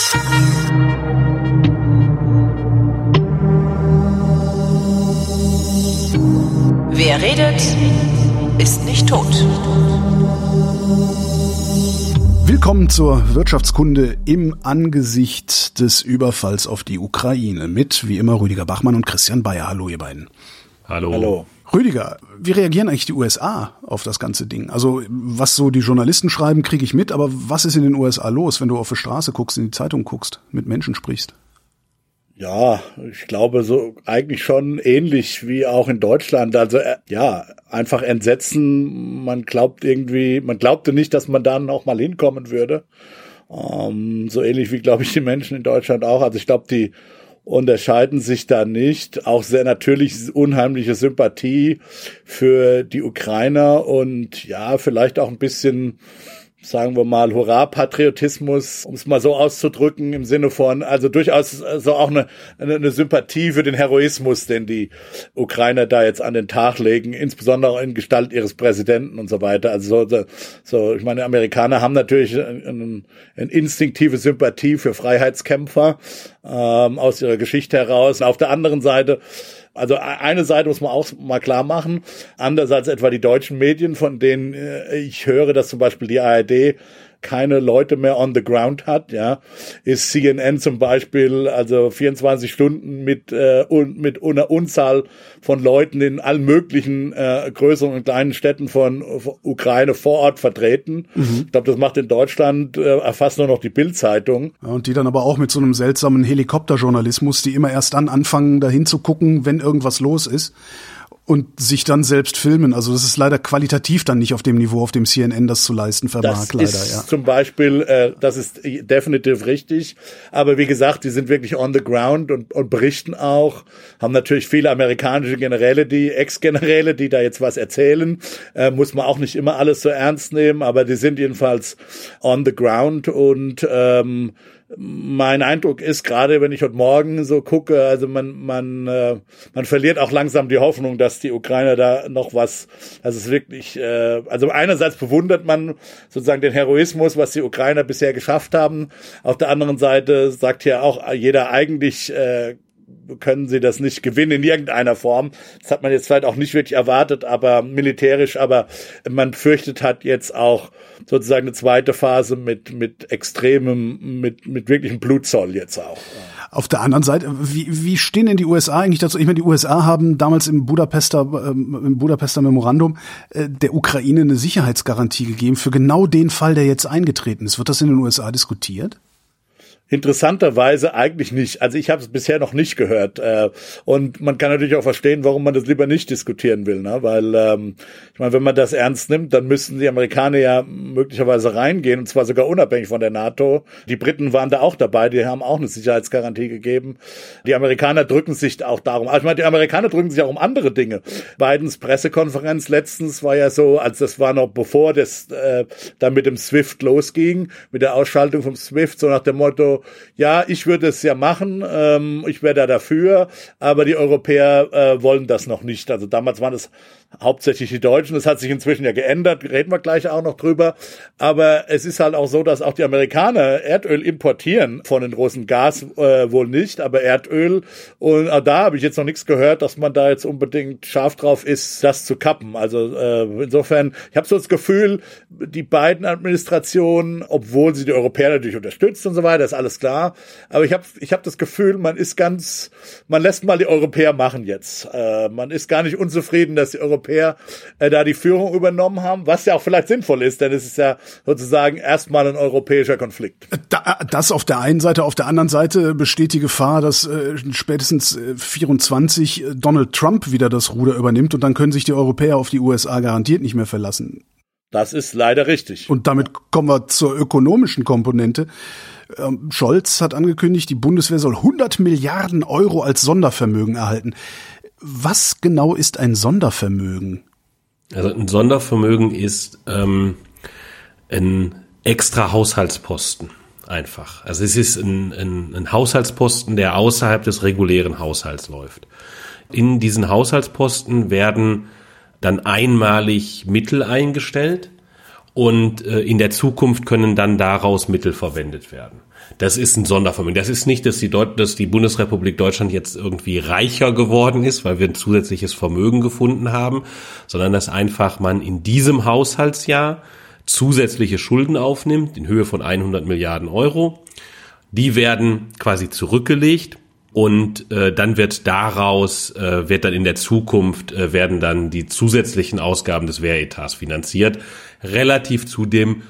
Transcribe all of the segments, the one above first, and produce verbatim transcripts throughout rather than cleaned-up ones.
Wer redet, ist nicht tot. Willkommen zur Wirtschaftskunde im Angesicht des Überfalls auf die Ukraine mit, wie immer, Rüdiger Bachmann und Christian Bayer. Hallo, ihr beiden. Hallo. Hallo. Rüdiger, wie reagieren eigentlich die U S A auf das ganze Ding? Also was so die Journalisten schreiben, kriege ich mit, aber was ist in den U S A los, wenn du auf die Straße guckst, in die Zeitung guckst, mit Menschen sprichst? Ja, ich glaube so eigentlich schon ähnlich wie auch in Deutschland. Also äh, ja, einfach Entsetzen. Man glaubt irgendwie, man glaubte nicht, dass man dann auch mal hinkommen würde. Ähm, so ähnlich wie, glaube ich, die Menschen in Deutschland auch. Also ich glaube, die unterscheiden sich da nicht. Auch sehr natürlich unheimliche Sympathie für die Ukrainer und ja, vielleicht auch ein bisschen, sagen wir mal, Hurra-Patriotismus, um es mal so auszudrücken, im Sinne von, also durchaus so auch eine, eine, eine Sympathie für den Heroismus, den die Ukrainer da jetzt an den Tag legen, insbesondere in Gestalt ihres Präsidenten und so weiter. Also so, so ich meine, Amerikaner haben natürlich eine, eine instinktive Sympathie für Freiheitskämpfer ähm, aus ihrer Geschichte heraus. Auf der anderen Seite, also eine Seite muss man auch mal klar machen, andererseits etwa die deutschen Medien, von denen ich höre, dass zum Beispiel die A R D keine Leute mehr on the ground hat, ja, ist C N N zum Beispiel also vierundzwanzig Stunden mit äh, und mit einer Unzahl von Leuten in allen möglichen äh, größeren und kleinen Städten von, von Ukraine vor Ort vertreten. Mhm. Ich glaube, das macht in Deutschland äh, fast nur noch die Bild-Zeitung. Ja, und die dann aber auch mit so einem seltsamen Helikopterjournalismus, die immer erst dann anfangen, dahin zu gucken, wenn irgendwas los ist. Und sich dann selbst filmen. Also das ist leider qualitativ dann nicht auf dem Niveau, auf dem C N N das zu leisten vermag, das leider. Das ist ja. zum Beispiel, äh, das ist definitiv richtig. Aber wie gesagt, die sind wirklich on the ground und, und berichten auch. Haben natürlich viele amerikanische Generäle, die Ex-Generäle, die da jetzt was erzählen. Äh, muss man auch nicht immer alles so ernst nehmen, aber die sind jedenfalls on the ground und ähm, mein Eindruck ist, gerade wenn ich heute Morgen so gucke, also man man äh, man verliert auch langsam die Hoffnung, dass die Ukrainer da noch was, das ist wirklich, äh, also einerseits bewundert man sozusagen den Heroismus, was die Ukrainer bisher geschafft haben. Auf der anderen Seite sagt ja auch jeder eigentlich, äh, können sie das nicht gewinnen in irgendeiner Form. Das hat man jetzt vielleicht auch nicht wirklich erwartet, aber militärisch, aber man fürchtet hat jetzt auch sozusagen eine zweite Phase mit mit extremem, mit mit wirklichem Blutzoll jetzt auch. Auf der anderen Seite, wie wie stehen denn die U S A eigentlich dazu? Ich meine, die U S A haben damals im Budapester ähm, im Budapester Memorandum äh, der Ukraine eine Sicherheitsgarantie gegeben für genau den Fall, der jetzt eingetreten ist. Wird das in den U S A diskutiert? Interessanterweise eigentlich nicht. Also ich habe es bisher noch nicht gehört. Äh, und man kann natürlich auch verstehen, warum man das lieber nicht diskutieren will. Ne? Weil, ähm, ich meine, wenn man das ernst nimmt, dann müssten die Amerikaner ja möglicherweise reingehen, und zwar sogar unabhängig von der NATO. Die Briten waren da auch dabei, die haben auch eine Sicherheitsgarantie gegeben. Die Amerikaner drücken sich auch darum. Also ich meine, die Amerikaner drücken sich auch um andere Dinge. Bidens Pressekonferenz letztens war ja so, als das war noch bevor das äh, dann mit dem SWIFT losging, mit der Ausschaltung vom SWIFT, so nach dem Motto, ja, ich würde es ja machen, ähm, ich wäre da dafür, aber die Europäer äh, wollen das noch nicht. Also damals waren es hauptsächlich die Deutschen, das hat sich inzwischen ja geändert, reden wir gleich auch noch drüber, aber es ist halt auch so, dass auch die Amerikaner Erdöl importieren von den Russen, Gas äh, wohl nicht, aber Erdöl, und äh, da habe ich jetzt noch nichts gehört, dass man da jetzt unbedingt scharf drauf ist, das zu kappen. Also äh, insofern, ich habe so das Gefühl, die beiden Administrationen, obwohl sie die Europäer natürlich unterstützt und so weiter, ist alles klar, aber ich habe ich hab das Gefühl, man ist ganz, man lässt mal die Europäer machen jetzt. Äh, man ist gar nicht unzufrieden, dass die Europäer äh, da die Führung übernommen haben, was ja auch vielleicht sinnvoll ist, denn es ist ja sozusagen erstmal ein europäischer Konflikt. Da, das auf der einen Seite, auf der anderen Seite besteht die Gefahr, dass äh, spätestens äh, vierundzwanzig äh, Donald Trump wieder das Ruder übernimmt und dann können sich die Europäer auf die U S A garantiert nicht mehr verlassen. Das ist leider richtig. Und damit kommen wir zur ökonomischen Komponente. Ähm, Scholz hat angekündigt, die Bundeswehr soll hundert Milliarden Euro als Sondervermögen erhalten. Was genau ist ein Sondervermögen? Also ein Sondervermögen ist ähm, ein extra Haushaltsposten einfach. Also es ist ein, ein, ein Haushaltsposten, der außerhalb des regulären Haushalts läuft. In diesen Haushaltsposten werden dann einmalig Mittel eingestellt und äh, in der Zukunft können dann daraus Mittel verwendet werden. Das ist ein Sondervermögen. Das ist nicht, dass die, Deut- dass die Bundesrepublik Deutschland jetzt irgendwie reicher geworden ist, weil wir ein zusätzliches Vermögen gefunden haben, sondern dass einfach man in diesem Haushaltsjahr zusätzliche Schulden aufnimmt in Höhe von hundert Milliarden Euro. Die werden quasi zurückgelegt und äh, dann wird daraus, äh, wird dann in der Zukunft, äh, werden dann die zusätzlichen Ausgaben des Wehretats finanziert, relativ zu dem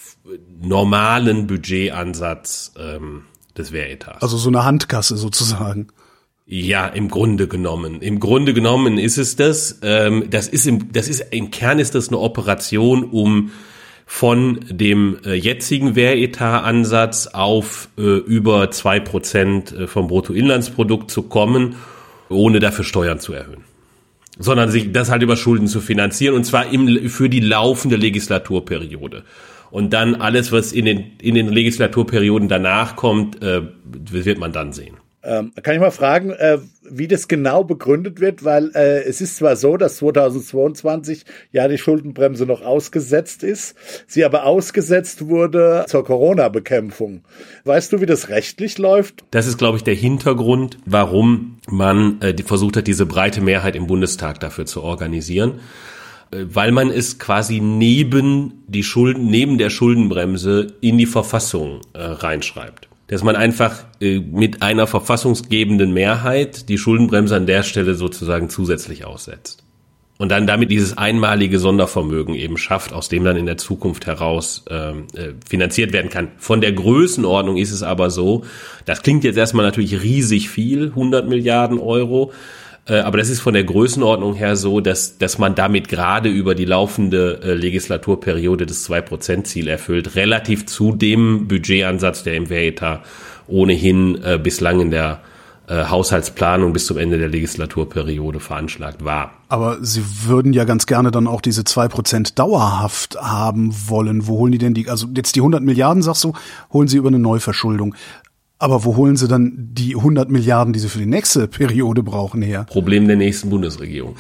normalen Budgetansatz ähm, des Wehretats. Also so eine Handkasse sozusagen. Ja, im Grunde genommen. Im Grunde genommen ist es das. Ähm, das ist im, das ist im Kern ist das eine Operation, um von dem äh, jetzigen Wehretatsatz auf äh, über zwei Prozent vom Bruttoinlandsprodukt zu kommen, ohne dafür Steuern zu erhöhen. Sondern sich das halt über Schulden zu finanzieren, und zwar im, für die laufende Legislaturperiode. Und dann alles, was in den, in den Legislaturperioden danach kommt, äh, wird man dann sehen. Ähm, kann ich mal fragen, äh, wie das genau begründet wird? Weil äh, es ist zwar so, dass zweitausendzweiundzwanzig ja die Schuldenbremse noch ausgesetzt ist, sie aber ausgesetzt wurde zur Corona-Bekämpfung. Weißt du, wie das rechtlich läuft? Das ist, glaube ich, der Hintergrund, warum man äh, die, versucht hat, diese breite Mehrheit im Bundestag dafür zu organisieren. Äh, weil man es quasi neben die Schulden, neben der Schuldenbremse in die Verfassung äh, reinschreibt. Dass man einfach äh, mit einer verfassungsgebenden Mehrheit die Schuldenbremse an der Stelle sozusagen zusätzlich aussetzt. Und dann damit dieses einmalige Sondervermögen eben schafft, aus dem dann in der Zukunft heraus ähm, äh, finanziert werden kann. Von der Größenordnung ist es aber so, das klingt jetzt erstmal natürlich riesig viel, hundert Milliarden Euro, äh, aber das ist von der Größenordnung her so, dass dass man damit gerade über die laufende äh, Legislaturperiode das zwei Prozent Ziel erfüllt, relativ zu dem Budgetansatz, der im Wehretat ohnehin äh, bislang in der äh, Haushaltsplanung bis zum Ende der Legislaturperiode veranschlagt war. Aber Sie würden ja ganz gerne dann auch diese zwei Prozent dauerhaft haben wollen. Wo holen die denn die, also jetzt die hundert Milliarden, sagst du, holen Sie über eine Neuverschuldung. Aber wo holen Sie dann die hundert Milliarden, die Sie für die nächste Periode brauchen, her? Problem der nächsten Bundesregierung.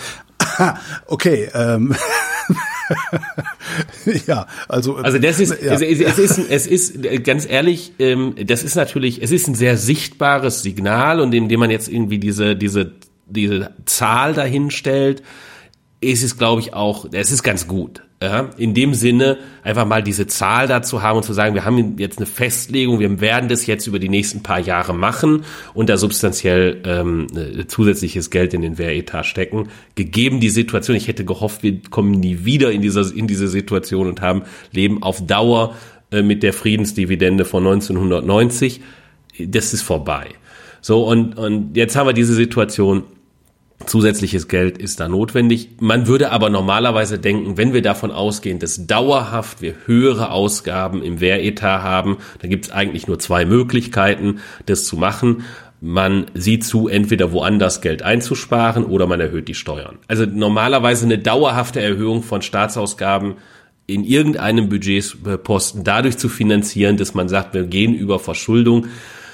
Okay, ähm, ja, also also das ist, ja. es, es ist, es ist ganz ehrlich, ähm, das ist natürlich, es ist ein sehr sichtbares Signal, und indem man jetzt irgendwie diese diese diese Zahl dahin stellt, ist es, glaube ich, auch, es ist ganz gut. Ja, in dem Sinne, einfach mal diese Zahl dazu haben und zu sagen, wir haben jetzt eine Festlegung, wir werden das jetzt über die nächsten paar Jahre machen und da substanziell ähm, zusätzliches Geld in den Wehretat stecken. Gegeben die Situation, ich hätte gehofft, wir kommen nie wieder in dieser in diese Situation und haben leben auf Dauer äh, mit der Friedensdividende von neunzehnhundertneunzig. Das ist vorbei. So, und und jetzt haben wir diese Situation. Zusätzliches Geld ist da notwendig. Man würde aber normalerweise denken, wenn wir davon ausgehen, dass dauerhaft wir höhere Ausgaben im Wehretat haben, dann gibt es eigentlich nur zwei Möglichkeiten, das zu machen. Man sieht zu, entweder woanders Geld einzusparen oder man erhöht die Steuern. Also normalerweise eine dauerhafte Erhöhung von Staatsausgaben in irgendeinem Budgetposten dadurch zu finanzieren, dass man sagt, wir gehen über Verschuldung.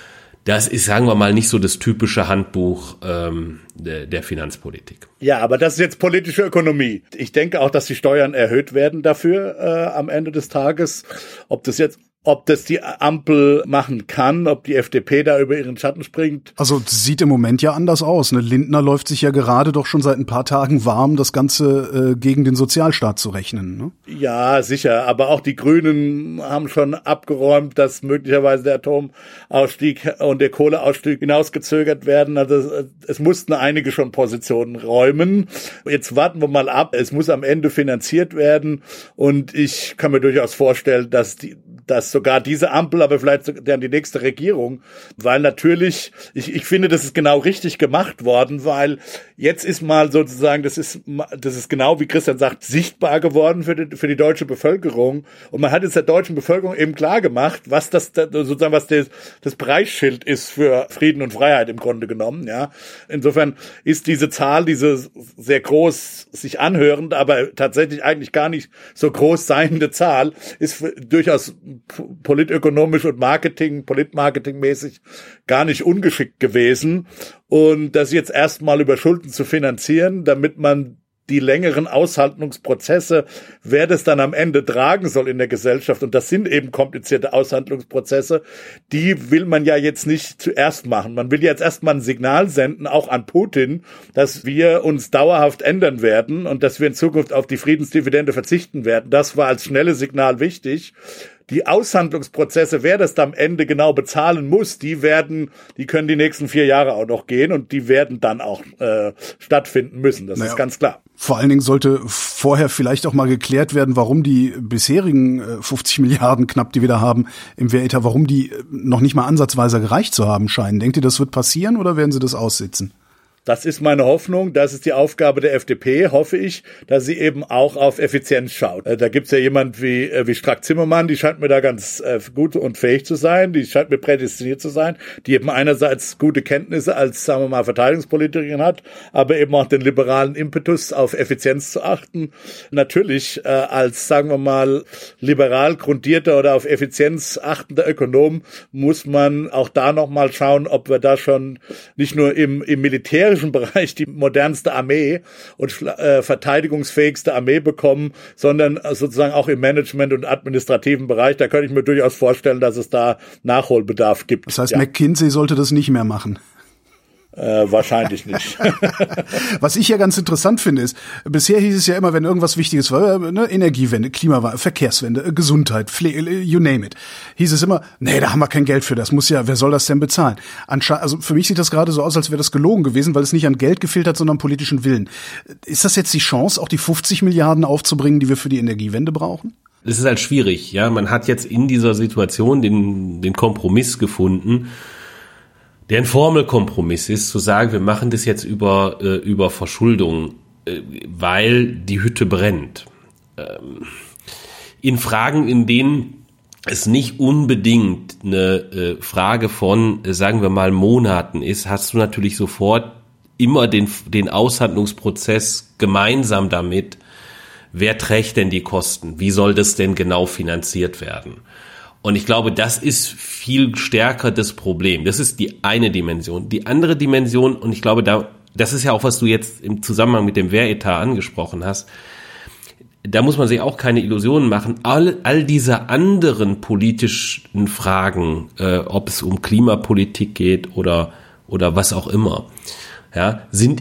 Das ist, sagen wir mal, nicht so das typische Handbuch ähm, der, der Finanzpolitik. Ja, aber das ist jetzt politische Ökonomie. Ich denke auch, dass die Steuern erhöht werden dafür äh, am Ende des Tages. Ob das jetzt ob das die Ampel machen kann, ob die F D P da über ihren Schatten springt. Also sieht im Moment ja anders aus. Ne? Lindner läuft sich ja gerade doch schon seit ein paar Tagen warm, das Ganze äh, gegen den Sozialstaat zu rechnen. Ne? Ja, sicher. Aber auch die Grünen haben schon abgeräumt, dass möglicherweise der Atomausstieg und der Kohleausstieg hinausgezögert werden. Also es, es mussten einige schon Positionen räumen. Jetzt warten wir mal ab. Es muss am Ende finanziert werden. Und ich kann mir durchaus vorstellen, dass die dass sogar diese Ampel, aber vielleicht dann die nächste Regierung, weil natürlich, ich, ich finde, das ist genau richtig gemacht worden, weil jetzt ist mal sozusagen, das ist, das ist genau wie Christian sagt, sichtbar geworden für die, für die deutsche Bevölkerung, und man hat jetzt der deutschen Bevölkerung eben klar gemacht, was das sozusagen, was das, das Preisschild ist für Frieden und Freiheit im Grunde genommen, ja. Insofern ist diese Zahl, diese sehr groß sich anhörend, aber tatsächlich eigentlich gar nicht so groß seiende Zahl, ist durchaus politökonomisch und Marketing, politmarketingmäßig gar nicht ungeschickt gewesen. Und das jetzt erstmal über Schulden zu finanzieren, damit man die längeren Aushandlungsprozesse, wer das dann am Ende tragen soll in der Gesellschaft, und das sind eben komplizierte Aushandlungsprozesse, die will man ja jetzt nicht zuerst machen. Man will jetzt erstmal ein Signal senden, auch an Putin, dass wir uns dauerhaft ändern werden und dass wir in Zukunft auf die Friedensdividende verzichten werden. Das war als schnelles Signal wichtig. Die Aushandlungsprozesse, wer das da am Ende genau bezahlen muss, die werden, die können die nächsten vier Jahre auch noch gehen und die werden dann auch äh, stattfinden müssen. Das naja, ist ganz klar. Vor allen Dingen sollte vorher vielleicht auch mal geklärt werden, warum die bisherigen äh, fünfzig Milliarden knapp, die wir da haben im Wehretat, warum die noch nicht mal ansatzweise gereicht zu haben scheinen. Denkt ihr, das wird passieren oder werden sie das aussitzen? Das ist meine Hoffnung, das ist die Aufgabe der F D P, hoffe ich, dass sie eben auch auf Effizienz schaut. Da gibt's ja jemand wie wie Strack-Zimmermann, die scheint mir da ganz äh, gut und fähig zu sein, die scheint mir prädestiniert zu sein, die eben einerseits gute Kenntnisse als, sagen wir mal, Verteidigungspolitikerin hat, aber eben auch den liberalen Impetus, auf Effizienz zu achten. Natürlich äh, als, sagen wir mal, liberal grundierter oder auf Effizienz achtender Ökonom muss man auch da nochmal schauen, ob wir da schon nicht nur im, im militärischen Bereich die modernste Armee und äh, verteidigungsfähigste Armee bekommen, sondern sozusagen auch im Management- und administrativen Bereich. Da könnte ich mir durchaus vorstellen, dass es da Nachholbedarf gibt. Das heißt, ja. McKinsey sollte das nicht mehr machen. Äh, wahrscheinlich nicht. Was ich ja ganz interessant finde, ist, bisher hieß es ja immer, wenn irgendwas Wichtiges war, ne, Energiewende, Klimawandel, Verkehrswende, Gesundheit, Pflege, you name it, hieß es immer, nee, da haben wir kein Geld für, das muss ja, wer soll das denn bezahlen? Ansche- also für mich sieht das gerade so aus, als wäre das gelogen gewesen, weil es nicht an Geld gefehlt hat, sondern an politischen Willen. Ist das jetzt die Chance, auch die fünfzig Milliarden aufzubringen, die wir für die Energiewende brauchen? Es ist halt schwierig, ja, man hat jetzt in dieser Situation den, den Kompromiss gefunden, der ein Formelkompromiss ist, zu sagen, wir machen das jetzt über äh, über Verschuldung, äh, weil die Hütte brennt. Ähm, in Fragen, in denen es nicht unbedingt eine äh, Frage von, äh, sagen wir mal, Monaten ist, hast du natürlich sofort immer den den Aushandlungsprozess gemeinsam damit, wer trägt denn die Kosten? Wie soll das denn genau finanziert werden? Und ich glaube, das ist viel stärker das Problem. Das ist die eine Dimension. Die andere Dimension, und ich glaube, da, das ist ja auch, was du jetzt im Zusammenhang mit dem Wehretat angesprochen hast, da muss man sich auch keine Illusionen machen. All, all diese anderen politischen Fragen, äh, ob es um Klimapolitik geht oder, oder was auch immer, ja, sind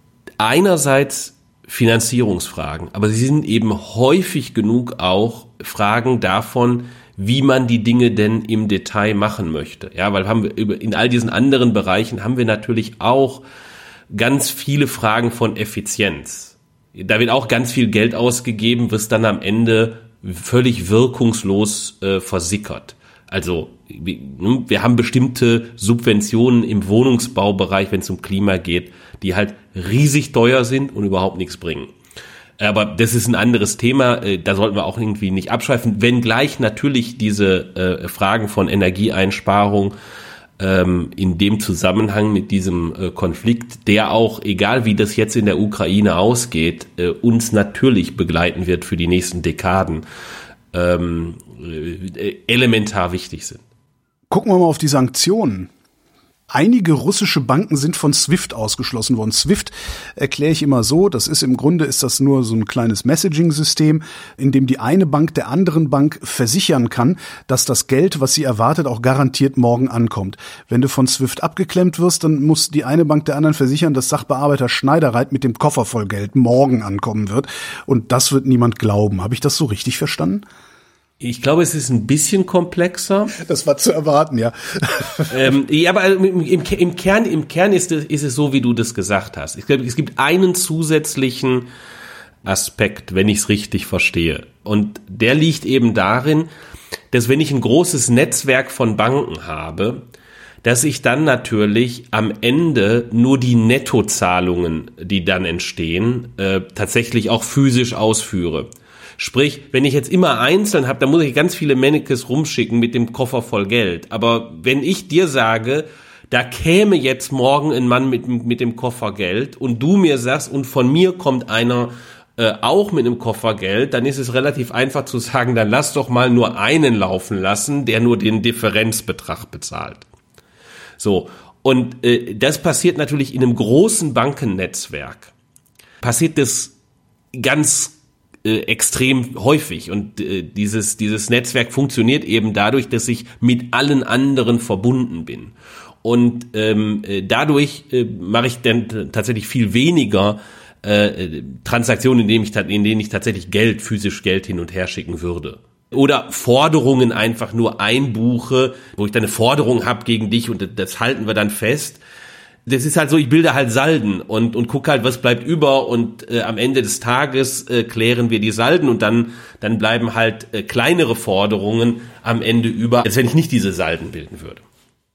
einerseits Finanzierungsfragen, aber sie sind eben häufig genug auch Fragen davon, wie man die Dinge denn im Detail machen möchte. Ja, weil haben wir über, in all diesen anderen Bereichen haben wir natürlich auch ganz viele Fragen von Effizienz. Da wird auch ganz viel Geld ausgegeben, was dann am Ende völlig wirkungslos äh, versickert. Also wir haben bestimmte Subventionen im Wohnungsbaubereich, wenn es um Klima geht, die halt riesig teuer sind und überhaupt nichts bringen. Aber das ist ein anderes Thema, da sollten wir auch irgendwie nicht abschweifen, wenngleich natürlich diese äh, Fragen von Energieeinsparung ähm, in dem Zusammenhang mit diesem äh, Konflikt, der auch, egal wie das jetzt in der Ukraine ausgeht, äh, uns natürlich begleiten wird für die nächsten Dekaden, ähm, äh, elementar wichtig sind. Gucken wir mal auf die Sanktionen. Einige russische Banken sind von SWIFT ausgeschlossen worden. SWIFT erkläre ich immer so, das ist im Grunde ist das nur so ein kleines Messaging-System, in dem die eine Bank der anderen Bank versichern kann, dass das Geld, was sie erwartet, auch garantiert morgen ankommt. Wenn du von SWIFT abgeklemmt wirst, dann muss die eine Bank der anderen versichern, dass Sachbearbeiter Schneidereit mit dem Koffer voll Geld morgen ankommen wird. Und das wird niemand glauben. Habe ich das so richtig verstanden? Ich glaube, es ist ein bisschen komplexer. Das war zu erwarten, ja. ähm, ja, aber im, im, im Kern, im Kern ist es, ist es so, wie du das gesagt hast. Ich glaube, es gibt einen zusätzlichen Aspekt, wenn ich es richtig verstehe. Und der liegt eben darin, dass wenn ich ein großes Netzwerk von Banken habe, dass ich dann natürlich am Ende nur die Nettozahlungen, die dann entstehen, äh, tatsächlich auch physisch ausführe. Sprich, wenn ich jetzt immer einzeln habe, dann muss ich ganz viele Mannekes rumschicken mit dem Koffer voll Geld. Aber wenn ich dir sage, da käme jetzt morgen ein Mann mit, mit dem Koffer Geld und du mir sagst, und von mir kommt einer äh, auch mit einem Koffer Geld, dann ist es relativ einfach zu sagen, dann lass doch mal nur einen laufen lassen, der nur den Differenzbetrag bezahlt. So, und äh, das passiert natürlich in einem großen Bankennetzwerk. Passiert das ganz äh, extrem häufig. Und äh, dieses, dieses Netzwerk funktioniert eben dadurch, dass ich mit allen anderen verbunden bin. Und ähm, dadurch äh, mache ich dann tatsächlich viel weniger äh, Transaktionen, in denen, ich, in denen ich tatsächlich Geld, physisch Geld hin und her schicken würde. Oder Forderungen einfach nur einbuche, wo ich dann eine Forderung habe gegen dich und das halten wir dann fest. Das ist halt so, ich bilde halt Salden und und gucke halt, was bleibt über und äh, am Ende des Tages äh, klären wir die Salden und dann dann bleiben halt äh, kleinere Forderungen am Ende über, als wenn ich nicht diese Salden bilden würde.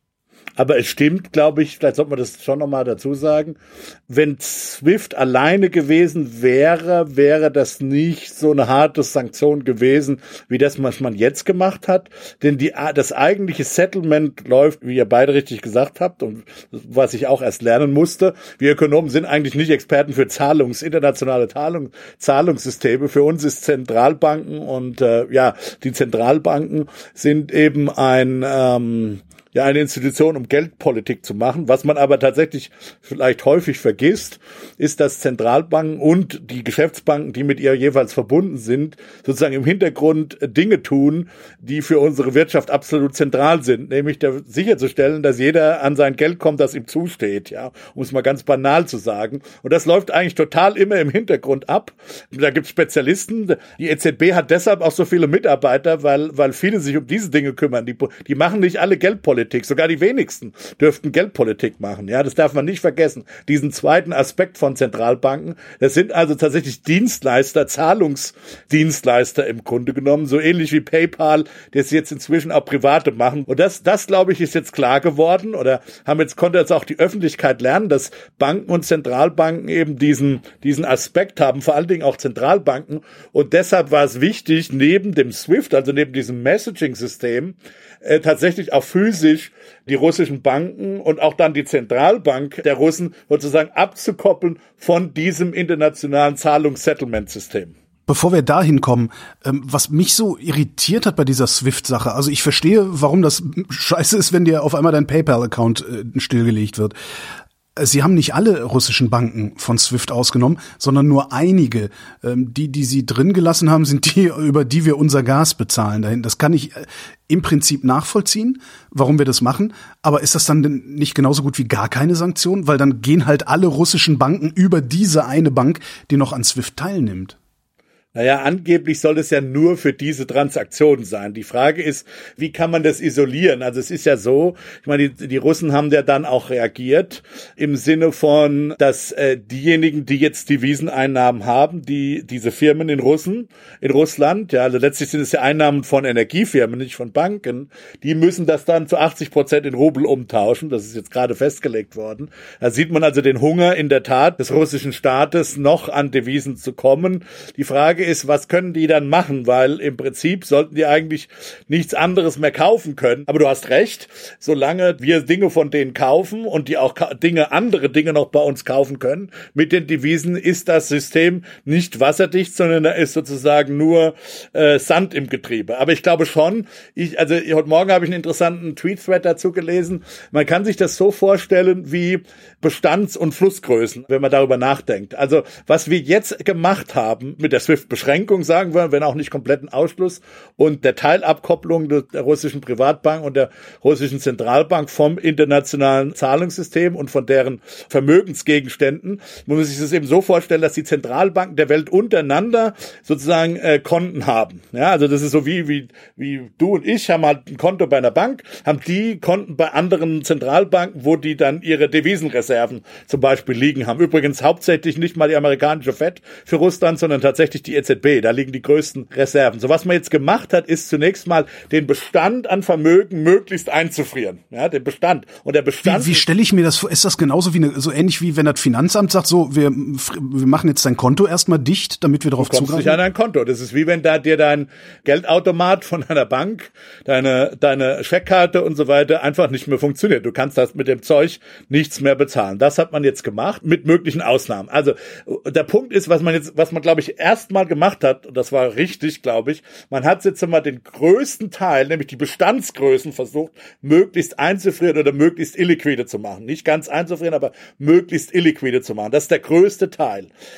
Aber es stimmt, glaube ich, vielleicht sollte man das schon nochmal dazu sagen, wenn SWIFT alleine gewesen wäre, wäre das nicht so eine harte Sanktion gewesen, wie das, was man jetzt gemacht hat. Denn die, das eigentliche Settlement läuft, wie ihr beide richtig gesagt habt und was ich auch erst lernen musste. Wir Ökonomen sind eigentlich nicht Experten für Zahlungs, internationale Zahlung, Zahlungssysteme. Für uns ist Zentralbanken und äh, ja, die Zentralbanken sind eben ein ähm, ja eine Institution, um Geldpolitik zu machen. Was man aber tatsächlich vielleicht häufig vergisst, ist, dass Zentralbanken und die Geschäftsbanken, die mit ihr jeweils verbunden sind, sozusagen im Hintergrund Dinge tun, die für unsere Wirtschaft absolut zentral sind, nämlich da sicherzustellen, dass jeder an sein Geld kommt, das ihm zusteht, ja, um es mal ganz banal zu sagen. Und das läuft eigentlich total immer im Hintergrund ab. Da gibt es Spezialisten. Die E Z B hat deshalb auch so viele Mitarbeiter, weil weil viele sich um diese Dinge kümmern. Die, die machen nicht alle Geldpolitik. Sogar die wenigsten dürften Geldpolitik machen. Ja, das darf man nicht vergessen. Diesen zweiten Aspekt von Zentralbanken. Das sind also tatsächlich Dienstleister, Zahlungsdienstleister im Grunde genommen. So ähnlich wie PayPal, das jetzt inzwischen auch Private machen. Und das, das glaube ich, ist jetzt klar geworden oder haben jetzt, konnte jetzt auch die Öffentlichkeit lernen, dass Banken und Zentralbanken eben diesen, diesen Aspekt haben, vor allen Dingen auch Zentralbanken. Und deshalb war es wichtig, neben dem SWIFT, also neben diesem Messaging-System, Äh, tatsächlich auch physisch die russischen Banken und auch dann die Zentralbank der Russen sozusagen abzukoppeln von diesem internationalen Zahlungssettlement-System. Bevor wir dahin kommen, ähm, was mich so irritiert hat bei dieser SWIFT-Sache, also ich verstehe, warum das scheiße ist, wenn dir auf einmal dein PayPal-Account äh, stillgelegt wird. Sie haben nicht alle russischen Banken von SWIFT ausgenommen, sondern nur einige. Die, die sie drin gelassen haben, sind die, über die wir unser Gas bezahlen dahin. Das kann ich im Prinzip nachvollziehen, warum wir das machen. Aber ist das dann nicht genauso gut wie gar keine Sanktion? Weil dann gehen halt alle russischen Banken über diese eine Bank, die noch an SWIFT teilnimmt. Naja, angeblich soll es ja nur für diese Transaktionen sein. Die Frage ist, wie kann man das isolieren? Also es ist ja so, ich meine, die, die Russen haben ja dann auch reagiert im Sinne von, dass äh, diejenigen, die jetzt Deviseneinnahmen haben, die diese Firmen in Russen, in Russland, ja, also letztlich sind es ja Einnahmen von Energiefirmen, nicht von Banken, die müssen das dann zu achtzig Prozent in Rubel umtauschen. Das ist jetzt gerade festgelegt worden. Da sieht man also den Hunger in der Tat des russischen Staates, noch an Devisen zu kommen. Die Frage ist, was können die dann machen? Weil im Prinzip sollten die eigentlich nichts anderes mehr kaufen können. Aber du hast recht, solange wir Dinge von denen kaufen und die auch Dinge, andere Dinge noch bei uns kaufen können, mit den Devisen ist das System nicht wasserdicht, sondern da ist sozusagen nur äh, Sand im Getriebe. Aber ich glaube schon, ich, also heute Morgen habe ich einen interessanten Tweet-Thread dazu gelesen. Man kann sich das so vorstellen wie Bestands- und Flussgrößen, wenn man darüber nachdenkt. Also was wir jetzt gemacht haben mit der SWIFT-Beschränkung, sagen wir, wenn auch nicht kompletten Ausschluss und der Teilabkopplung der russischen Privatbank und der russischen Zentralbank vom internationalen Zahlungssystem und von deren Vermögensgegenständen, man muss sich das eben so vorstellen, dass die Zentralbanken der Welt untereinander sozusagen äh, Konten haben. Ja, also das ist so wie, wie, wie du und ich haben halt ein Konto bei einer Bank, haben die Konten bei anderen Zentralbanken, wo die dann ihre Devisenreserven zum Beispiel liegen haben. Übrigens hauptsächlich nicht mal die amerikanische Fed für Russland, sondern tatsächlich die E Z B. Da liegen die größten Reserven. So was man jetzt gemacht hat, ist zunächst mal den Bestand an Vermögen möglichst einzufrieren. Ja, den Bestand. Und der Bestand. Wie, wie stelle ich mir das vor? Ist das genauso wie eine, so ähnlich wie wenn das Finanzamt sagt, so, wir, wir machen jetzt dein Konto erstmal dicht, damit wir darauf zugreifen? Du kommst nicht an dein Konto. Das ist wie wenn da dir dein Geldautomat von einer Bank, deine, deine Scheckkarte und so weiter einfach nicht mehr funktioniert. Du kannst das mit dem Zeug nichts mehr bezahlen. Das hat man jetzt gemacht, mit möglichen Ausnahmen. Also, der Punkt ist, was man jetzt, was man, glaube ich, erstmal gemacht hat, und das war richtig, glaube ich, man hat jetzt einmal den größten Teil, nämlich die Bestandsgrößen versucht, möglichst einzufrieren oder möglichst illiquide zu machen. Nicht ganz einzufrieren, aber möglichst illiquide zu machen. Das ist der größte Teil.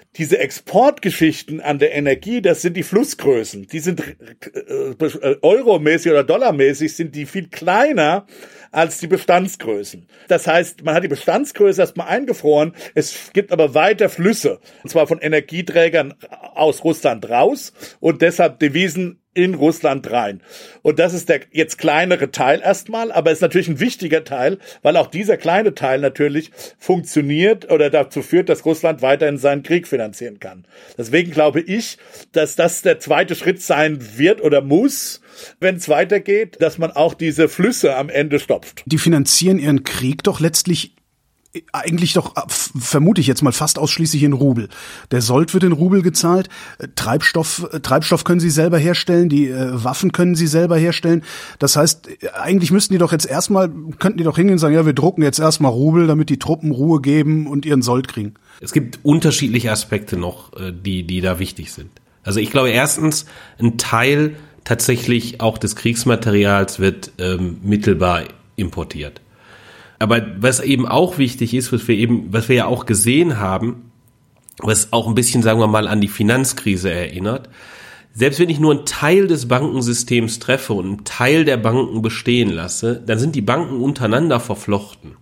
diese Exportgeschichten an der Energie, das sind die Flussgrößen. Die sind äh, euromäßig oder dollarmäßig sind die viel kleiner als die Bestandsgrößen. Das heißt, man hat die Bestandsgröße erstmal eingefroren, es gibt aber weiter Flüsse, und zwar von Energieträgern aus Russland raus und deshalb Devisen in Russland rein. Und das ist der jetzt kleinere Teil erstmal, aber ist natürlich ein wichtiger Teil, weil auch dieser kleine Teil natürlich funktioniert oder dazu führt, dass Russland weiterhin seinen Krieg finanzieren kann. Deswegen glaube ich, dass das der zweite Schritt sein wird oder muss, wenn es weitergeht, dass man auch diese Flüsse am Ende stopft. Die finanzieren ihren Krieg doch letztlich eigentlich doch, vermute ich jetzt mal, fast ausschließlich in Rubel. Der Sold wird in Rubel gezahlt, Treibstoff, Treibstoff können sie selber herstellen, die äh, Waffen können sie selber herstellen. Das heißt, eigentlich müssten die doch jetzt erstmal, könnten die doch hingehen und sagen, ja, wir drucken jetzt erstmal Rubel, damit die Truppen Ruhe geben und ihren Sold kriegen. Es gibt unterschiedliche Aspekte noch, die, die da wichtig sind. Also ich glaube, erstens, ein Teil tatsächlich auch des Kriegsmaterials wird ähm, mittelbar importiert. Aber was eben auch wichtig ist, was wir eben, was wir ja auch gesehen haben, was auch ein bisschen, sagen wir mal, an die Finanzkrise erinnert, selbst wenn ich nur einen Teil des Bankensystems treffe und einen Teil der Banken bestehen lasse, dann sind die Banken untereinander verflochten.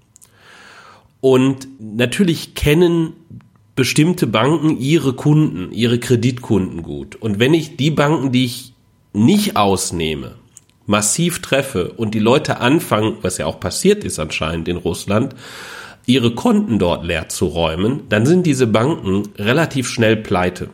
Und natürlich kennen bestimmte Banken ihre Kunden, ihre Kreditkunden gut. Und wenn ich die Banken, die ich nicht ausnehme, massiv treffe und die Leute anfangen, was ja auch passiert ist anscheinend in Russland, ihre Konten dort leer zu räumen, dann sind diese Banken relativ schnell pleite.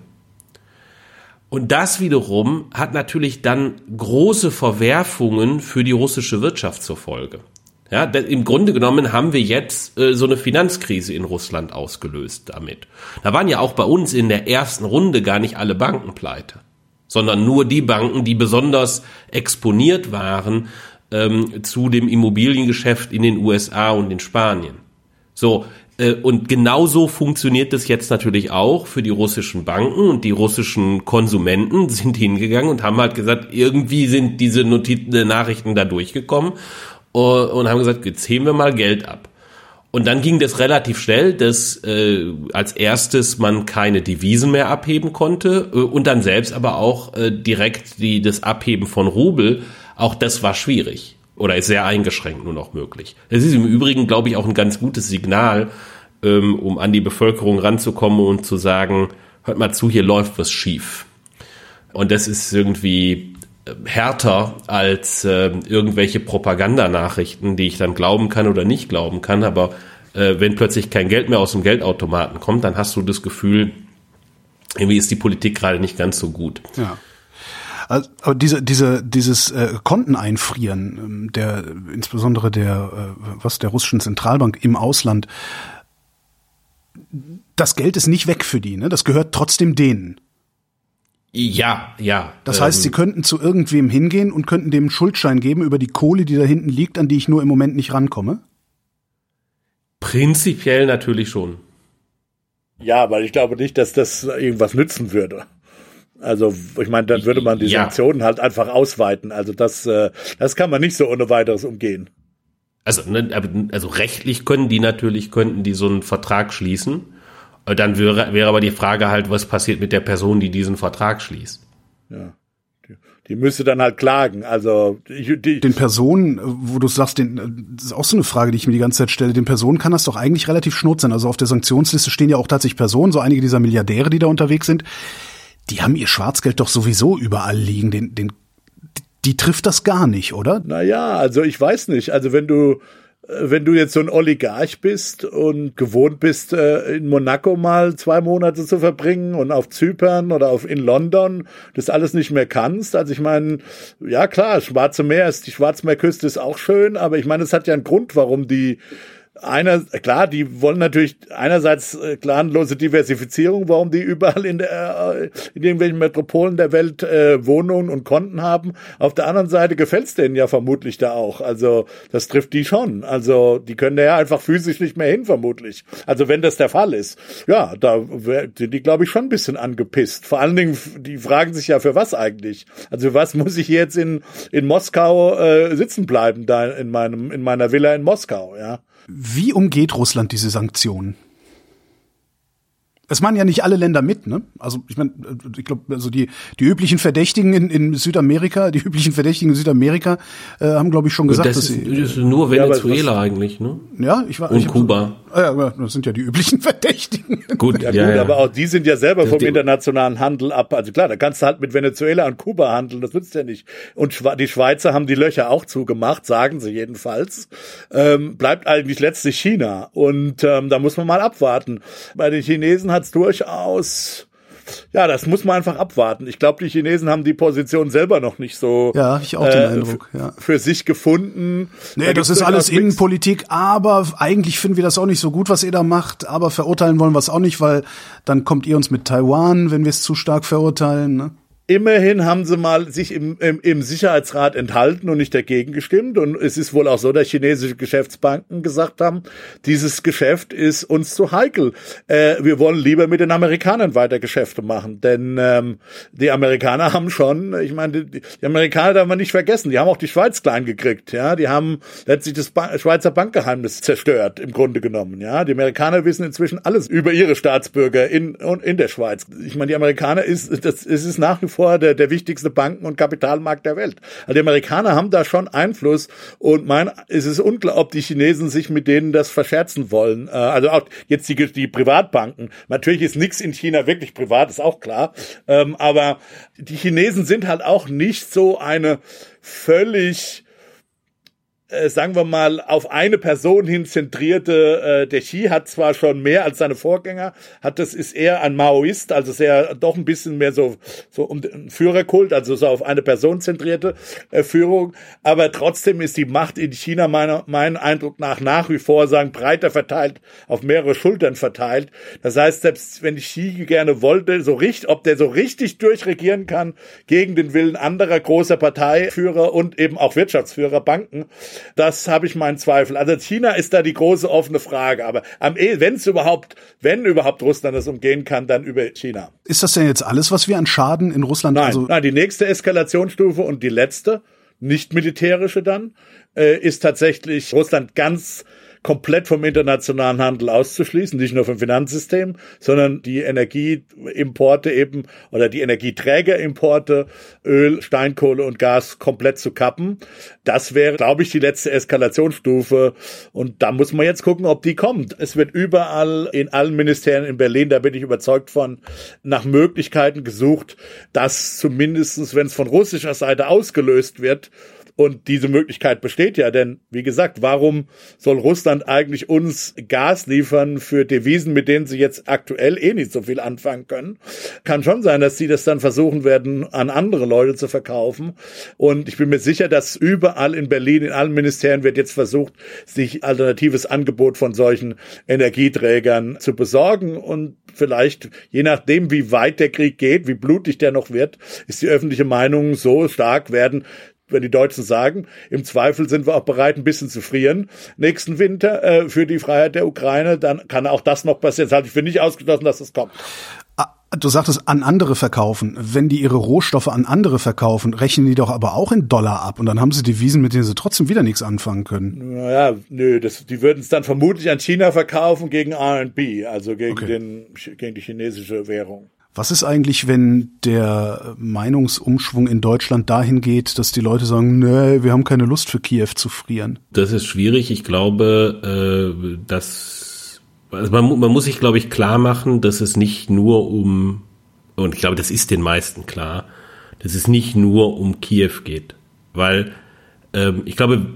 Und das wiederum hat natürlich dann große Verwerfungen für die russische Wirtschaft zur Folge. Ja, im Grunde genommen haben wir jetzt äh, so eine Finanzkrise in Russland ausgelöst damit. Da waren ja auch bei uns in der ersten Runde gar nicht alle Banken pleite, sondern nur die Banken, die besonders exponiert waren ähm, zu dem Immobiliengeschäft in den U S A und in Spanien. So, äh, und genauso funktioniert das jetzt natürlich auch für die russischen Banken, und die russischen Konsumenten sind hingegangen und haben halt gesagt, irgendwie sind diese Notizen, Nachrichten da durchgekommen uh, und haben gesagt, jetzt heben wir mal Geld ab. Und dann ging das relativ schnell, dass äh, als erstes man keine Devisen mehr abheben konnte äh, und dann selbst aber auch äh, direkt die das Abheben von Rubel, auch das war schwierig oder ist sehr eingeschränkt nur noch möglich. Es ist im Übrigen, glaube ich, auch ein ganz gutes Signal, ähm, um an die Bevölkerung ranzukommen und zu sagen, hört mal zu, hier läuft was schief. Und das ist irgendwie härter als äh, irgendwelche Propagandanachrichten, die ich dann glauben kann oder nicht glauben kann, aber äh, wenn plötzlich kein Geld mehr aus dem Geldautomaten kommt, dann hast du das Gefühl, irgendwie ist die Politik gerade nicht ganz so gut. Ja. Also, aber diese, diese, dieses äh, Konten einfrieren, der insbesondere der, äh, was der russischen Zentralbank im Ausland, das Geld ist nicht weg für die, ne? Das gehört trotzdem denen. Ja, ja. Das heißt, ähm, sie könnten zu irgendwem hingehen und könnten dem einen Schuldschein geben über die Kohle, die da hinten liegt, an die ich nur im Moment nicht rankomme? Prinzipiell natürlich schon. Ja, weil ich glaube nicht, dass das irgendwas nützen würde. Also ich meine, dann würde man die ja. Sanktionen halt einfach ausweiten. Also das, äh, das kann man nicht so ohne weiteres umgehen. Also, ne, also rechtlich können die natürlich, könnten die so einen Vertrag schließen. Dann wäre, wäre aber die Frage halt, was passiert mit der Person, die diesen Vertrag schließt? Ja, die, die müsste dann halt klagen. Also die, die den Personen, wo du sagst, den, das ist auch so eine Frage, die ich mir die ganze Zeit stelle. Den Personen kann das doch eigentlich relativ schnurz sein. Also auf der Sanktionsliste stehen ja auch tatsächlich Personen, so einige dieser Milliardäre, die da unterwegs sind. Die haben ihr Schwarzgeld doch sowieso überall liegen. Den, den, die trifft das gar nicht, oder? Naja, also ich weiß nicht. Also wenn du Wenn du jetzt so ein Oligarch bist und gewohnt bist, in Monaco mal zwei Monate zu verbringen und auf Zypern oder auf in London, das alles nicht mehr kannst. Also ich meine, ja klar, Schwarze Meer ist, die Schwarzmeerküste ist auch schön, aber ich meine, es hat ja einen Grund, warum die Einer, klar, die wollen natürlich einerseits äh, gnadenlose Diversifizierung, warum die überall in der äh, in irgendwelchen Metropolen der Welt äh, Wohnungen und Konten haben. Auf der anderen Seite gefällt's denen ja vermutlich da auch. Also das trifft die schon. Also die können da ja einfach physisch nicht mehr hin, vermutlich. Also wenn das der Fall ist. Ja, da sind die, glaube ich, schon ein bisschen angepisst. Vor allen Dingen, die fragen sich ja, für was eigentlich? Also für was muss ich jetzt in in Moskau äh, sitzen bleiben, da in meinem in meiner Villa in Moskau, ja? Wie umgeht Russland diese Sanktionen? Das machen ja nicht alle Länder mit, ne? Also ich meine, ich glaube, also die die üblichen Verdächtigen in, in Südamerika, die üblichen Verdächtigen in Südamerika äh, haben, glaube ich, schon gesagt, das dass ist, sie das ist nur Venezuela ja, eigentlich, ne? Ja, ich war und ich Kuba. So, ja, das sind ja die üblichen Verdächtigen. Gut, ja, ja, gut, ja. aber auch die sind ja selber vom die, internationalen Handel ab. Also klar, da kannst du halt mit Venezuela und Kuba handeln, das nützt ja nicht. Und die Schweizer haben die Löcher auch zugemacht, sagen sie jedenfalls. Ähm, bleibt eigentlich letztlich China. Und ähm, da muss man mal abwarten. Bei den Chinesen hat's durchaus, ja, das muss man einfach abwarten. Ich glaube, die Chinesen haben die Position selber noch nicht so ja, ich auch den äh, Eindruck, ja. für sich gefunden. Nee, da das ist alles Innenpolitik, aber eigentlich finden wir das auch nicht so gut, was ihr da macht, aber verurteilen wollen wir es auch nicht, weil dann kommt ihr uns mit Taiwan, wenn wir es zu stark verurteilen, ne? Immerhin haben sie mal sich im, im, im Sicherheitsrat enthalten und nicht dagegen gestimmt. Und es ist wohl auch so, dass chinesische Geschäftsbanken gesagt haben, dieses Geschäft ist uns zu heikel. Äh, wir wollen lieber mit den Amerikanern weiter Geschäfte machen. Denn ähm, die Amerikaner haben schon, ich meine, die, die Amerikaner darf man nicht vergessen, die haben auch die Schweiz klein gekriegt. Ja, die haben letztlich das ba- Schweizer Bankgeheimnis zerstört, im Grunde genommen. Ja, die Amerikaner wissen inzwischen alles über ihre Staatsbürger in, in der Schweiz. Ich meine, die Amerikaner ist, das, es ist nach wie vor vor der, der wichtigste Banken- und Kapitalmarkt der Welt. Also die Amerikaner haben da schon Einfluss und mein, es ist unklar, ob die Chinesen sich mit denen das verscherzen wollen. Also auch jetzt die, die Privatbanken. Natürlich ist nichts in China wirklich privat, ist auch klar. Aber die Chinesen sind halt auch nicht so eine völlig, sagen wir mal, auf eine Person hin zentrierte, äh, der Xi hat zwar schon mehr als seine Vorgänger, hat das ist eher ein Maoist, also sehr doch ein bisschen mehr so so um den Führerkult, also so auf eine Person zentrierte äh, Führung, aber trotzdem ist die Macht in China meiner meinem Eindruck nach nach wie vor sagen breiter verteilt, auf mehrere Schultern verteilt. Das heißt, selbst wenn Xi gerne wollte, so richtig, ob der so richtig durchregieren kann gegen den Willen anderer großer Parteiführer und eben auch Wirtschaftsführer, Banken, das habe ich meinen Zweifel. Also China ist da die große offene Frage. Aber am wenn es überhaupt, wenn überhaupt Russland das umgehen kann, dann über China. Ist das denn jetzt alles, was wir an Schaden in Russland? Nein, also nein, die nächste Eskalationsstufe und die letzte, nicht militärische dann, äh, ist tatsächlich Russland ganz komplett vom internationalen Handel auszuschließen, nicht nur vom Finanzsystem, sondern die Energieimporte eben oder die Energieträgerimporte, Öl, Steinkohle und Gas komplett zu kappen. Das wäre, glaube ich, die letzte Eskalationsstufe und da muss man jetzt gucken, ob die kommt. Es wird überall in allen Ministerien in Berlin, da bin ich überzeugt von, nach Möglichkeiten gesucht, dass zumindestens, wenn es von russischer Seite ausgelöst wird, und diese Möglichkeit besteht ja, denn wie gesagt, warum soll Russland eigentlich uns Gas liefern für Devisen, mit denen sie jetzt aktuell eh nicht so viel anfangen können? Kann schon sein, dass sie das dann versuchen werden, an andere Leute zu verkaufen. Und ich bin mir sicher, dass überall in Berlin, in allen Ministerien wird jetzt versucht, sich alternatives Angebot von solchen Energieträgern zu besorgen. Und vielleicht, je nachdem, wie weit der Krieg geht, wie blutig der noch wird, ist die öffentliche Meinung so stark werden, wenn die Deutschen sagen, im Zweifel sind wir auch bereit, ein bisschen zu frieren nächsten Winter äh, für die Freiheit der Ukraine, dann kann auch das noch passieren. Das halte ich für nicht ausgeschlossen, dass das kommt. Du sagtest, an andere verkaufen. Wenn die ihre Rohstoffe an andere verkaufen, rechnen die doch aber auch in Dollar ab und dann haben sie Devisen, mit denen sie trotzdem wieder nichts anfangen können. Naja, nö, das, die würden es dann vermutlich an China verkaufen gegen R and B, also gegen, okay. den, gegen die chinesische Währung. Was ist eigentlich, wenn der Meinungsumschwung in Deutschland dahin geht, dass die Leute sagen, nee, wir haben keine Lust für Kiew zu frieren? Das ist schwierig. Ich glaube, äh, dass also man, man muss sich, glaube ich, klar machen, dass es nicht nur um, und ich glaube, das ist den meisten klar, dass es nicht nur um Kiew geht. Weil ähm, ich glaube,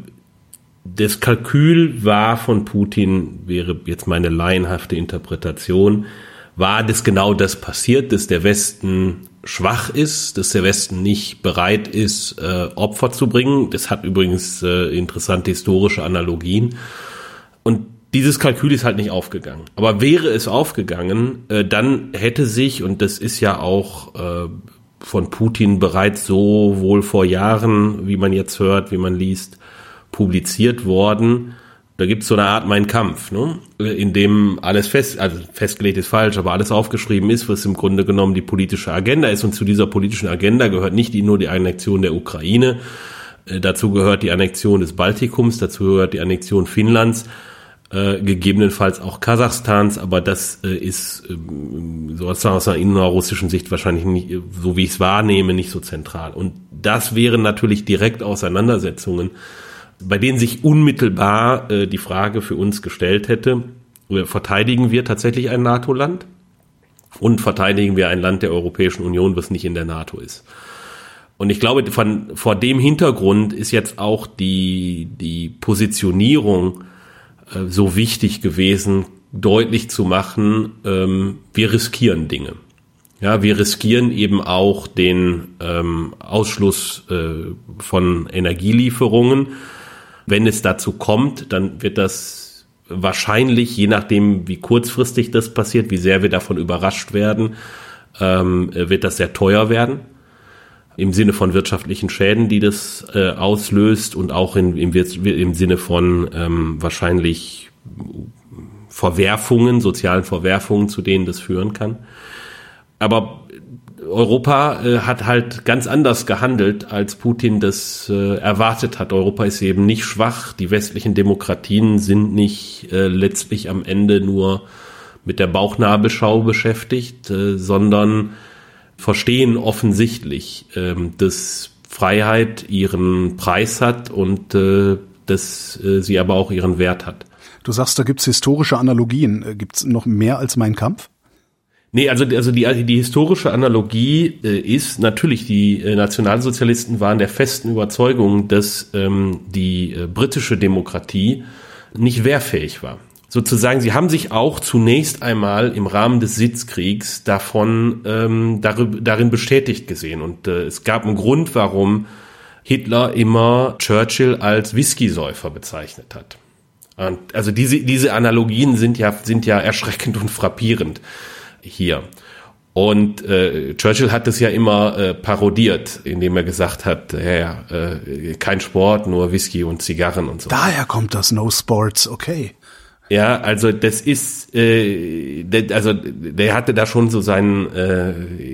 das Kalkül war von Putin, wäre jetzt meine laienhafte Interpretation, war, dass genau das passiert, dass der Westen schwach ist, dass der Westen nicht bereit ist, äh, Opfer zu bringen. Das hat übrigens äh, interessante historische Analogien. Und dieses Kalkül ist halt nicht aufgegangen. Aber wäre es aufgegangen, äh, dann hätte sich, und das ist ja auch äh, von Putin bereits so wohl vor Jahren, wie man jetzt hört, wie man liest, publiziert worden. Da gibt's so eine Art Mein Kampf, ne? In dem alles fest, also festgelegt ist falsch, aber alles aufgeschrieben ist, was im Grunde genommen die politische Agenda ist. Und zu dieser politischen Agenda gehört nicht nur die Annexion der Ukraine, äh, dazu gehört die Annexion des Baltikums, dazu gehört die Annexion Finnlands. äh, gegebenenfalls auch Kasachstans, aber das äh, ist äh, sozusagen aus einer innerrussischen Sicht wahrscheinlich nicht, so wie ich es wahrnehme, nicht so zentral. Und das wären natürlich direkt Auseinandersetzungen, bei denen sich unmittelbar äh, die Frage für uns gestellt hätte, äh, verteidigen wir tatsächlich ein NATO-Land und verteidigen wir ein Land der Europäischen Union, was nicht in der NATO ist. Und ich glaube, von, vor dem Hintergrund ist jetzt auch die, die Positionierung äh, so wichtig gewesen, deutlich zu machen, ähm, wir riskieren Dinge. Ja, wir riskieren eben auch den ähm, Ausschluss äh, von Energielieferungen. Wenn es dazu kommt, dann wird das wahrscheinlich, je nachdem, wie kurzfristig das passiert, wie sehr wir davon überrascht werden, ähm, wird das sehr teuer werden. Im Sinne von wirtschaftlichen Schäden, die das äh, auslöst und auch in, im, im Sinne von ähm, wahrscheinlich Verwerfungen, sozialen Verwerfungen, zu denen das führen kann. Aber Europa äh, hat halt ganz anders gehandelt, als Putin das äh, erwartet hat. Europa ist eben nicht schwach. Die westlichen Demokratien sind nicht äh, letztlich am Ende nur mit der Bauchnabelschau beschäftigt, äh, sondern verstehen offensichtlich, äh, dass Freiheit ihren Preis hat und äh, dass äh, sie aber auch ihren Wert hat. Du sagst, da gibt's historische Analogien. Gibt's noch mehr als Mein Kampf? Nee, also, also die, die historische Analogie äh, ist natürlich, die äh, Nationalsozialisten waren der festen Überzeugung, dass ähm, die äh, britische Demokratie nicht wehrfähig war. Sozusagen, sie haben sich auch zunächst einmal im Rahmen des Sitzkriegs davon ähm, darüber, darin bestätigt gesehen. Und äh, es gab einen Grund, warum Hitler immer Churchill als Whiskysäufer bezeichnet hat. Und also diese, diese Analogien sind ja, sind ja erschreckend und frappierend hier. Und äh, Churchill hat es ja immer äh, parodiert, indem er gesagt hat, ja, ja, äh, kein Sport, nur Whisky und Zigarren und so. Daher kommt das No Sports, okay. Ja, also das ist, äh, der, also der hatte da schon so seinen, äh,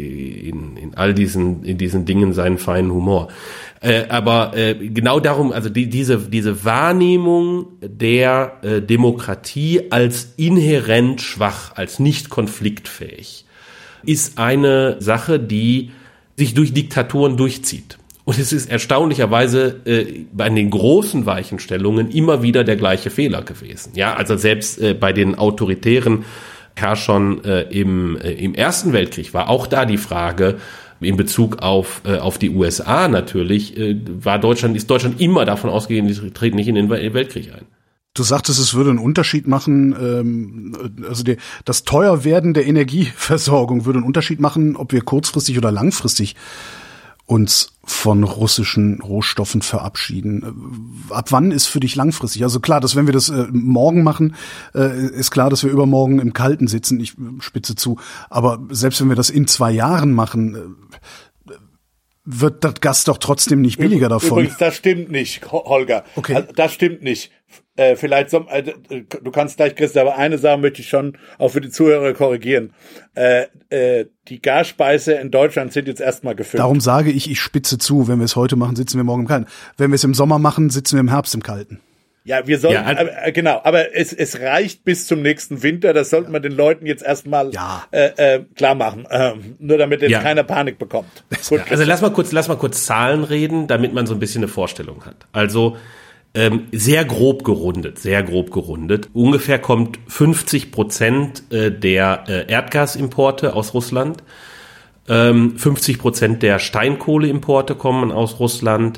in, in all diesen, in diesen Dingen seinen feinen Humor. Äh, aber äh, genau darum, also die, diese diese Wahrnehmung der äh, Demokratie als inhärent schwach, als nicht konfliktfähig, ist eine Sache, die sich durch Diktaturen durchzieht. Und es ist erstaunlicherweise äh, bei den großen Weichenstellungen immer wieder der gleiche Fehler gewesen. Ja, also selbst äh, bei den autoritären Herrschern äh, im äh, im Ersten Weltkrieg war auch da die Frage, in Bezug auf äh, auf die U S A natürlich, äh, war Deutschland ist Deutschland immer davon ausgegangen, die treten nicht in den Weltkrieg ein. Du sagtest, es würde einen Unterschied machen, ähm, also die, das Teuerwerden der Energieversorgung würde einen Unterschied machen, ob wir kurzfristig oder langfristig uns von russischen Rohstoffen verabschieden. Ab wann ist für dich langfristig? Also klar, dass wenn wir das äh, morgen machen, äh, ist klar, dass wir übermorgen im Kalten sitzen. Ich spitze zu. Aber selbst wenn wir das in zwei Jahren machen, äh, wird das Gas doch trotzdem nicht billiger davon. Übrigens, das stimmt nicht, Holger. Okay. Also, das stimmt nicht. Äh, vielleicht so, äh, du kannst gleich, Chris, aber eine Sache möchte ich schon auch für die Zuhörer korrigieren. Äh, äh, die Gasspeicher in Deutschland sind jetzt erstmal gefüllt. Darum sage ich, ich spitze zu. Wenn wir es heute machen, sitzen wir morgen im Kalten. Wenn wir es im Sommer machen, sitzen wir im Herbst im Kalten. Ja, wir sollten, ja, also, äh, genau, aber es, es reicht bis zum nächsten Winter. Das sollten wir den Leuten jetzt erstmal ja. äh, äh, klar machen, äh, nur damit jetzt ja. keiner Panik bekommt. Gut, also lass mal kurz, lass mal kurz Zahlen reden, damit man so ein bisschen eine Vorstellung hat. Also ähm, sehr grob gerundet, sehr grob gerundet. Ungefähr kommt fünfzig Prozent äh, der äh, Erdgasimporte aus Russland, ähm, fünfzig Prozent der Steinkohleimporte kommen aus Russland.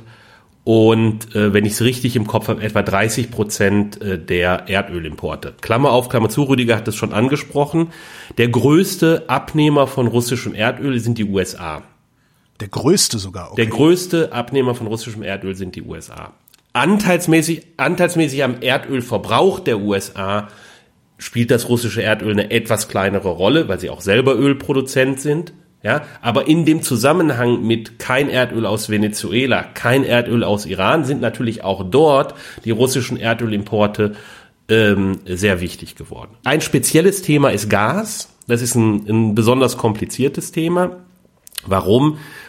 Und äh, wenn ich es richtig im Kopf habe, etwa dreißig Prozent äh, der Erdölimporte. Klammer auf, Klammer zu, Rüdiger hat es schon angesprochen. Der größte Abnehmer von russischem Erdöl sind die U S A. Der größte sogar? Okay. Der größte Abnehmer von russischem Erdöl sind die U S A. Anteilsmäßig, anteilsmäßig am Erdölverbrauch der U S A spielt das russische Erdöl eine etwas kleinere Rolle, weil sie auch selber Ölproduzent sind. Ja, aber in dem Zusammenhang mit kein Erdöl aus Venezuela, kein Erdöl aus Iran sind natürlich auch dort die russischen Erdölimporte ähm, sehr wichtig geworden. Ein spezielles Thema ist Gas. Das ist ein, ein besonders kompliziertes Thema. Warum?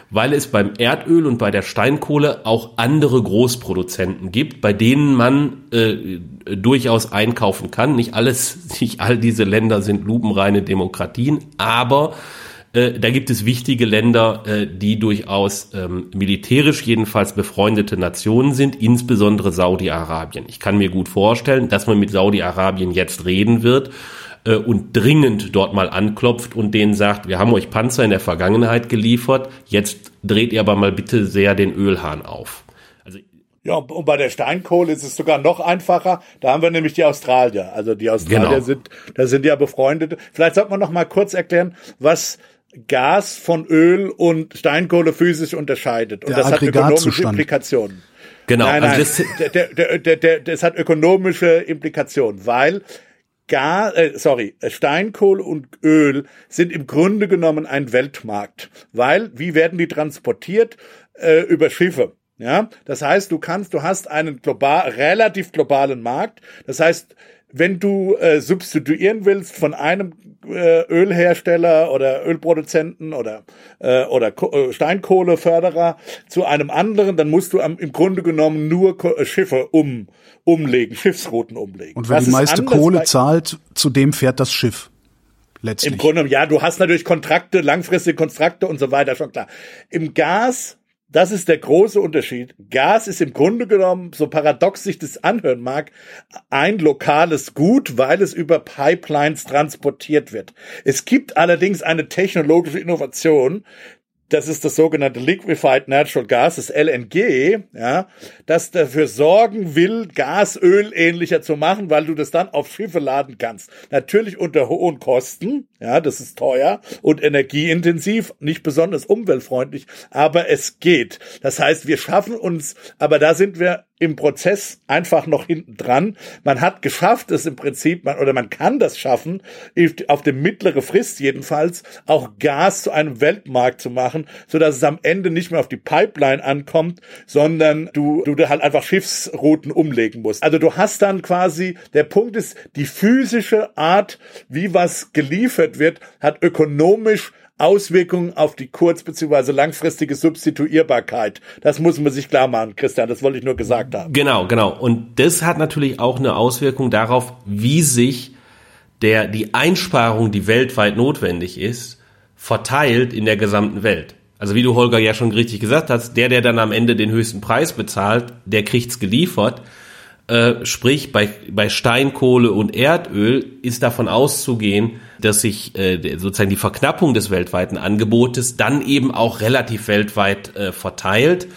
weil es beim Erdöl und bei der Steinkohle auch andere Großproduzenten gibt, bei denen man äh, durchaus einkaufen kann. Nicht alles, nicht all diese Länder sind lupenreine Demokratien, aber äh, da gibt es wichtige Länder, äh, die durchaus ähm, militärisch jedenfalls befreundete Nationen sind, insbesondere Saudi-Arabien. Ich kann mir gut vorstellen, dass man mit Saudi-Arabien jetzt reden wird und dringend dort mal anklopft und denen sagt, wir haben euch Panzer in der Vergangenheit geliefert, jetzt dreht ihr aber mal bitte sehr den Ölhahn auf. Also ja, und bei der Steinkohle ist es sogar noch einfacher. Da haben wir nämlich die Australier. Also die Australier genau. sind, da sind ja befreundet. Vielleicht sollte man noch mal kurz erklären, was Gas von Öl und Steinkohle physisch unterscheidet. Und der das hat ökonomische Implikationen. Genau. Nein, nein, also das, der, der, der, der, das hat ökonomische Implikationen, weil Gas, äh, sorry, Steinkohle und Öl sind im Grunde genommen ein Weltmarkt, weil wie werden die transportiert? Äh, über Schiffe. Ja, das heißt, du kannst, du hast einen global, relativ globalen Markt. Das heißt, wenn du äh, substituieren willst von einem äh, Ölhersteller oder Ölproduzenten oder äh, oder Ko- äh, Steinkohleförderer zu einem anderen, dann musst du am, im Grunde genommen nur Ko- äh, Schiffe um umlegen, Schiffsrouten umlegen. Und wer das die meiste Kohle bei, zahlt, zu dem fährt das Schiff. Letztlich. Im Grunde, ja, du hast natürlich Kontrakte, langfristige Kontrakte und so weiter, schon klar. Im Gas, das ist der große Unterschied. Gas ist im Grunde genommen, so paradox sich das anhören mag, ein lokales Gut, weil es über Pipelines transportiert wird. Es gibt allerdings eine technologische Innovation, das ist das sogenannte Liquefied Natural Gas, das L N G, ja, das dafür sorgen will, Gas Öl ähnlicher zu machen, weil du das dann auf Schiffe laden kannst. Natürlich unter hohen Kosten, ja, das ist teuer und energieintensiv, nicht besonders umweltfreundlich, aber es geht. Das heißt, wir schaffen uns, aber da sind wir im Prozess einfach noch hinten dran. Man hat geschafft, es im Prinzip, man, oder man kann das schaffen, auf dem mittlere Frist jedenfalls, auch Gas zu einem Weltmarkt zu machen, so dass es am Ende nicht mehr auf die Pipeline ankommt, sondern du, du halt einfach Schiffsrouten umlegen musst. Also du hast dann quasi, der Punkt ist, die physische Art, wie was geliefert wird, hat ökonomisch Auswirkungen auf die kurz- bzw. langfristige Substituierbarkeit. Das muss man sich klar machen, Christian, das wollte ich nur gesagt haben. Genau, genau. Und das hat natürlich auch eine Auswirkung darauf, wie sich der, die Einsparung, die weltweit notwendig ist, verteilt in der gesamten Welt. Also wie du, Holger, ja schon richtig gesagt hast, der, der dann am Ende den höchsten Preis bezahlt, der kriegt's geliefert. Äh, sprich, bei, bei Steinkohle und Erdöl ist davon auszugehen, dass sich äh, sozusagen die Verknappung des weltweiten Angebotes dann eben auch relativ weltweit äh, verteilt.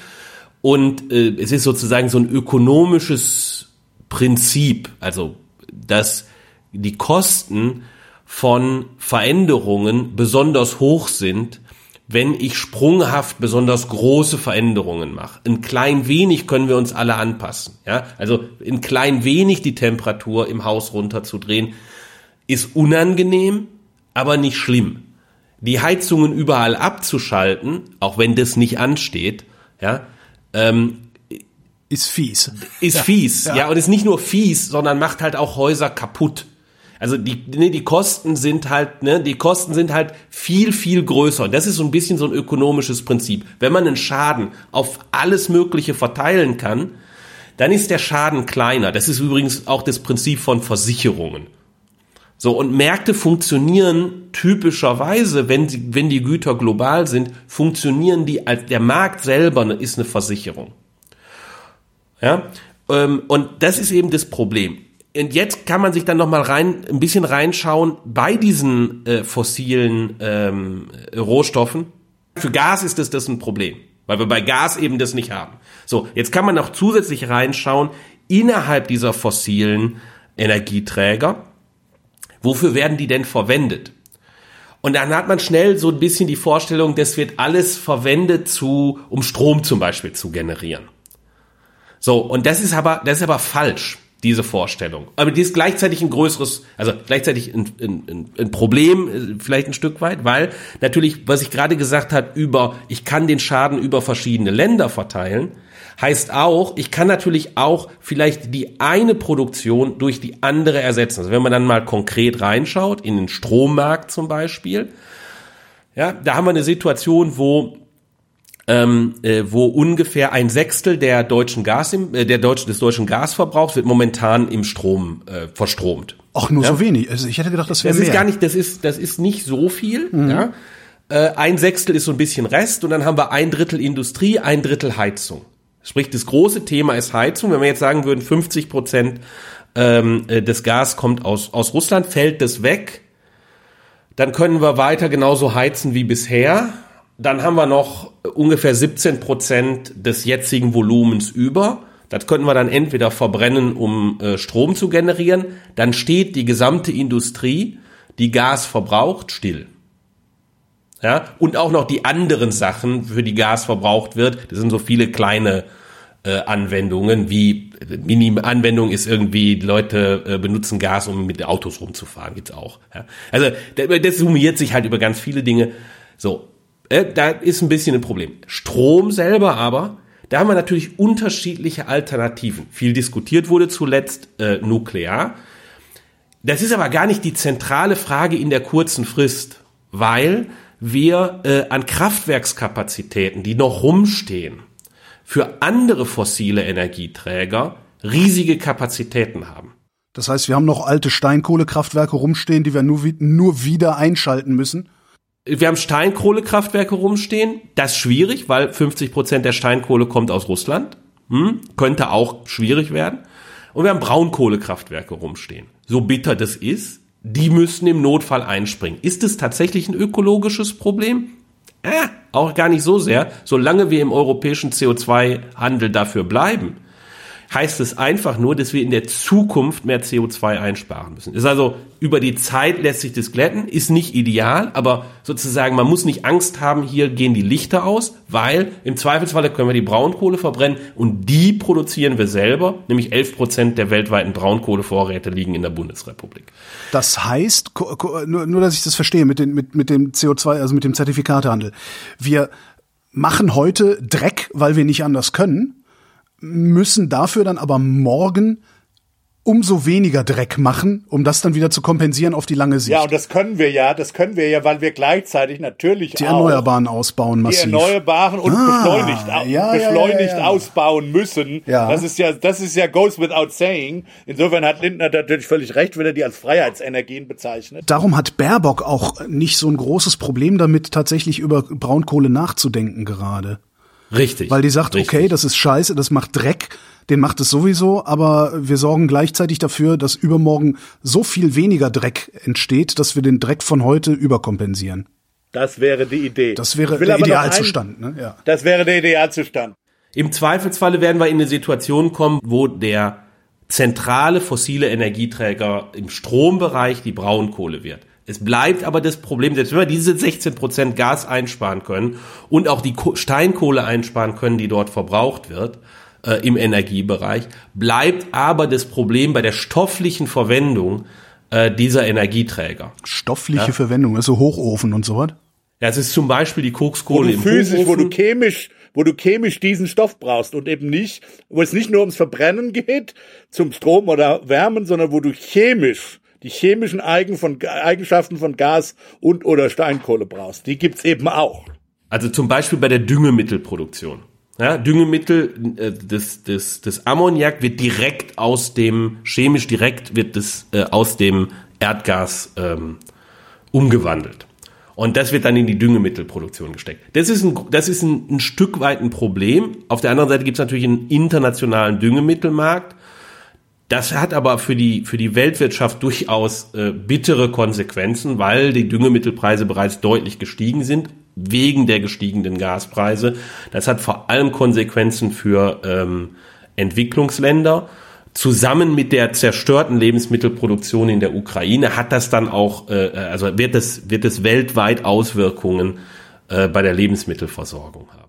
Und äh, es ist sozusagen so ein ökonomisches Prinzip, also dass die Kosten von Veränderungen besonders hoch sind, wenn ich sprunghaft besonders große Veränderungen mache. Ein klein wenig können wir uns alle anpassen. Ja? Also ein klein wenig die Temperatur im Haus runterzudrehen, ist unangenehm, aber nicht schlimm. Die Heizungen überall abzuschalten, auch wenn das nicht ansteht, ja, ähm, ist fies. Ist ja, fies, ja. ja, und ist nicht nur fies, sondern macht halt auch Häuser kaputt. Also die, ne, die Kosten sind halt, ne, die Kosten sind halt viel, viel größer. Und das ist so ein bisschen so ein ökonomisches Prinzip. Wenn man einen Schaden auf alles Mögliche verteilen kann, dann ist der Schaden kleiner. Das ist übrigens auch das Prinzip von Versicherungen. So, und Märkte funktionieren typischerweise, wenn sie, wenn die Güter global sind, funktionieren die, als der Markt selber ist eine Versicherung. Ja, ähm, und das ist eben das Problem. Und jetzt kann man sich dann noch mal rein, ein bisschen reinschauen bei diesen äh, fossilen ähm, Rohstoffen. Für Gas ist das, das ein Problem, weil wir bei Gas eben das nicht haben. So, jetzt kann man noch zusätzlich reinschauen innerhalb dieser fossilen Energieträger. Wofür werden die denn verwendet? Und dann hat man schnell so ein bisschen die Vorstellung, das wird alles verwendet, zu, um Strom zum Beispiel zu generieren. So, und das ist aber, das ist aber falsch, diese Vorstellung. Aber die ist gleichzeitig ein größeres, also gleichzeitig ein, ein, ein Problem, vielleicht ein Stück weit, weil natürlich, was ich gerade gesagt habe, über, ich kann den Schaden über verschiedene Länder verteilen, heißt auch, ich kann natürlich auch vielleicht die eine Produktion durch die andere ersetzen. Also wenn man dann mal konkret reinschaut, in den Strommarkt zum Beispiel, ja, da haben wir eine Situation, wo ähm, äh, wo ungefähr ein Sechstel der deutschen Gas, im, äh, der deutschen, des deutschen Gasverbrauchs wird momentan im Strom äh, verstromt. Ach, nur ja? so wenig. Also ich hätte gedacht, das wäre mehr. Das ist mehr. gar nicht, das ist, das ist nicht so viel. Mhm. Ja? Äh, ein Sechstel ist so ein bisschen Rest und dann haben wir ein Drittel Industrie, ein Drittel Heizung. Sprich, das große Thema ist Heizung. Wenn wir jetzt sagen würden, fünfzig Prozent ähm, des Gas kommt aus, aus Russland, fällt das weg, dann können wir weiter genauso heizen wie bisher. Dann haben wir noch ungefähr siebzehn Prozent des jetzigen Volumens über. Das könnten wir dann entweder verbrennen, um äh, Strom zu generieren. Dann steht die gesamte Industrie, die Gas verbraucht, still. Ja, und auch noch die anderen Sachen, für die Gas verbraucht wird. Das sind so viele kleine äh, Anwendungen, wie Mini-Anwendung ist irgendwie, die Leute äh, benutzen Gas, um mit Autos rumzufahren, gibt's auch. Ja. Also das summiert sich halt über ganz viele Dinge. So, äh, da ist ein bisschen ein Problem. Strom selber aber, da haben wir natürlich unterschiedliche Alternativen. Viel diskutiert wurde zuletzt äh, Nuklear. Das ist aber gar nicht die zentrale Frage in der kurzen Frist, weil wir äh, an Kraftwerkskapazitäten, die noch rumstehen, für andere fossile Energieträger riesige Kapazitäten haben. Das heißt, wir haben noch alte Steinkohlekraftwerke rumstehen, die wir nur, nur wieder einschalten müssen? Wir haben Steinkohlekraftwerke rumstehen. Das ist schwierig, weil fünfzig Prozent der Steinkohle kommt aus Russland. Hm, könnte auch schwierig werden. Und wir haben Braunkohlekraftwerke rumstehen. So bitter das ist, die müssen im Notfall einspringen. Ist es tatsächlich ein ökologisches Problem? Äh, auch gar nicht so sehr. Solange wir im europäischen C O zwei Handel dafür bleiben, heißt es einfach nur, dass wir in der Zukunft mehr C O zwei einsparen müssen. Ist also, über die Zeit lässt sich das glätten, ist nicht ideal, aber sozusagen, man muss nicht Angst haben, hier gehen die Lichter aus, weil im Zweifelsfalle können wir die Braunkohle verbrennen und die produzieren wir selber, nämlich elf Prozent der weltweiten Braunkohlevorräte liegen in der Bundesrepublik. Das heißt, nur, nur dass ich das verstehe, mit, den, mit, mit dem C O zwei, also mit dem Zertifikatehandel. Wir machen heute Dreck, weil wir nicht anders können, müssen dafür dann aber morgen umso weniger Dreck machen, um das dann wieder zu kompensieren auf die lange Sicht. Ja, und das können wir ja, das können wir ja, weil wir gleichzeitig natürlich die auch Erneuerbaren ausbauen massiv. Die Erneuerbaren und ah, beschleunigt, ja, beschleunigt ja, ja, ja. ausbauen müssen. Ja. Das ist ja, das ist ja goes without saying. Insofern hat Lindner natürlich völlig recht, wenn er die als Freiheitsenergien bezeichnet. Darum hat Baerbock auch nicht so ein großes Problem damit, tatsächlich über Braunkohle nachzudenken gerade. Richtig. Weil die sagt, richtig. okay, das ist scheiße, das macht Dreck, den macht es sowieso, aber wir sorgen gleichzeitig dafür, dass übermorgen so viel weniger Dreck entsteht, dass wir den Dreck von heute überkompensieren. Das wäre die Idee. Das wäre der Idealzustand. Ein, ne? Ja. Das wäre der Idealzustand. Im Zweifelsfalle werden wir in eine Situation kommen, wo der zentrale fossile Energieträger im Strombereich die Braunkohle wird. Es bleibt aber das Problem, selbst wenn wir diese sechzehn Prozent Gas einsparen können und auch die Steinkohle einsparen können, die dort verbraucht wird äh, im Energiebereich, bleibt aber das Problem bei der stofflichen Verwendung äh, dieser Energieträger. Stoffliche ja? Verwendung, also Hochofen und so was? Ja, es ist zum Beispiel die Kokskohle wo du im physisch, Hochofen. Wo du chemisch, wo du chemisch diesen Stoff brauchst und eben nicht, wo es nicht nur ums Verbrennen geht, zum Strom oder Wärmen, sondern wo du chemisch die chemischen Eigen von, Eigenschaften von Gas und oder Steinkohle brauchst. Die gibt's eben auch. Also zum Beispiel bei der Düngemittelproduktion. Ja, Düngemittel, äh, das, das, das Ammoniak wird direkt aus dem, chemisch direkt wird das äh, aus dem Erdgas ähm, umgewandelt. Und das wird dann in die Düngemittelproduktion gesteckt. Das ist ein, das ist ein, ein Stück weit ein Problem. Auf der anderen Seite gibt es natürlich einen internationalen Düngemittelmarkt. Das hat aber für die für die Weltwirtschaft durchaus äh, bittere Konsequenzen, weil die Düngemittelpreise bereits deutlich gestiegen sind, wegen der gestiegenen Gaspreise. Das hat vor allem Konsequenzen für ähm, Entwicklungsländer. Zusammen mit der zerstörten Lebensmittelproduktion in der Ukraine hat das dann auch, äh, also wird es wird es weltweit Auswirkungen äh, bei der Lebensmittelversorgung haben.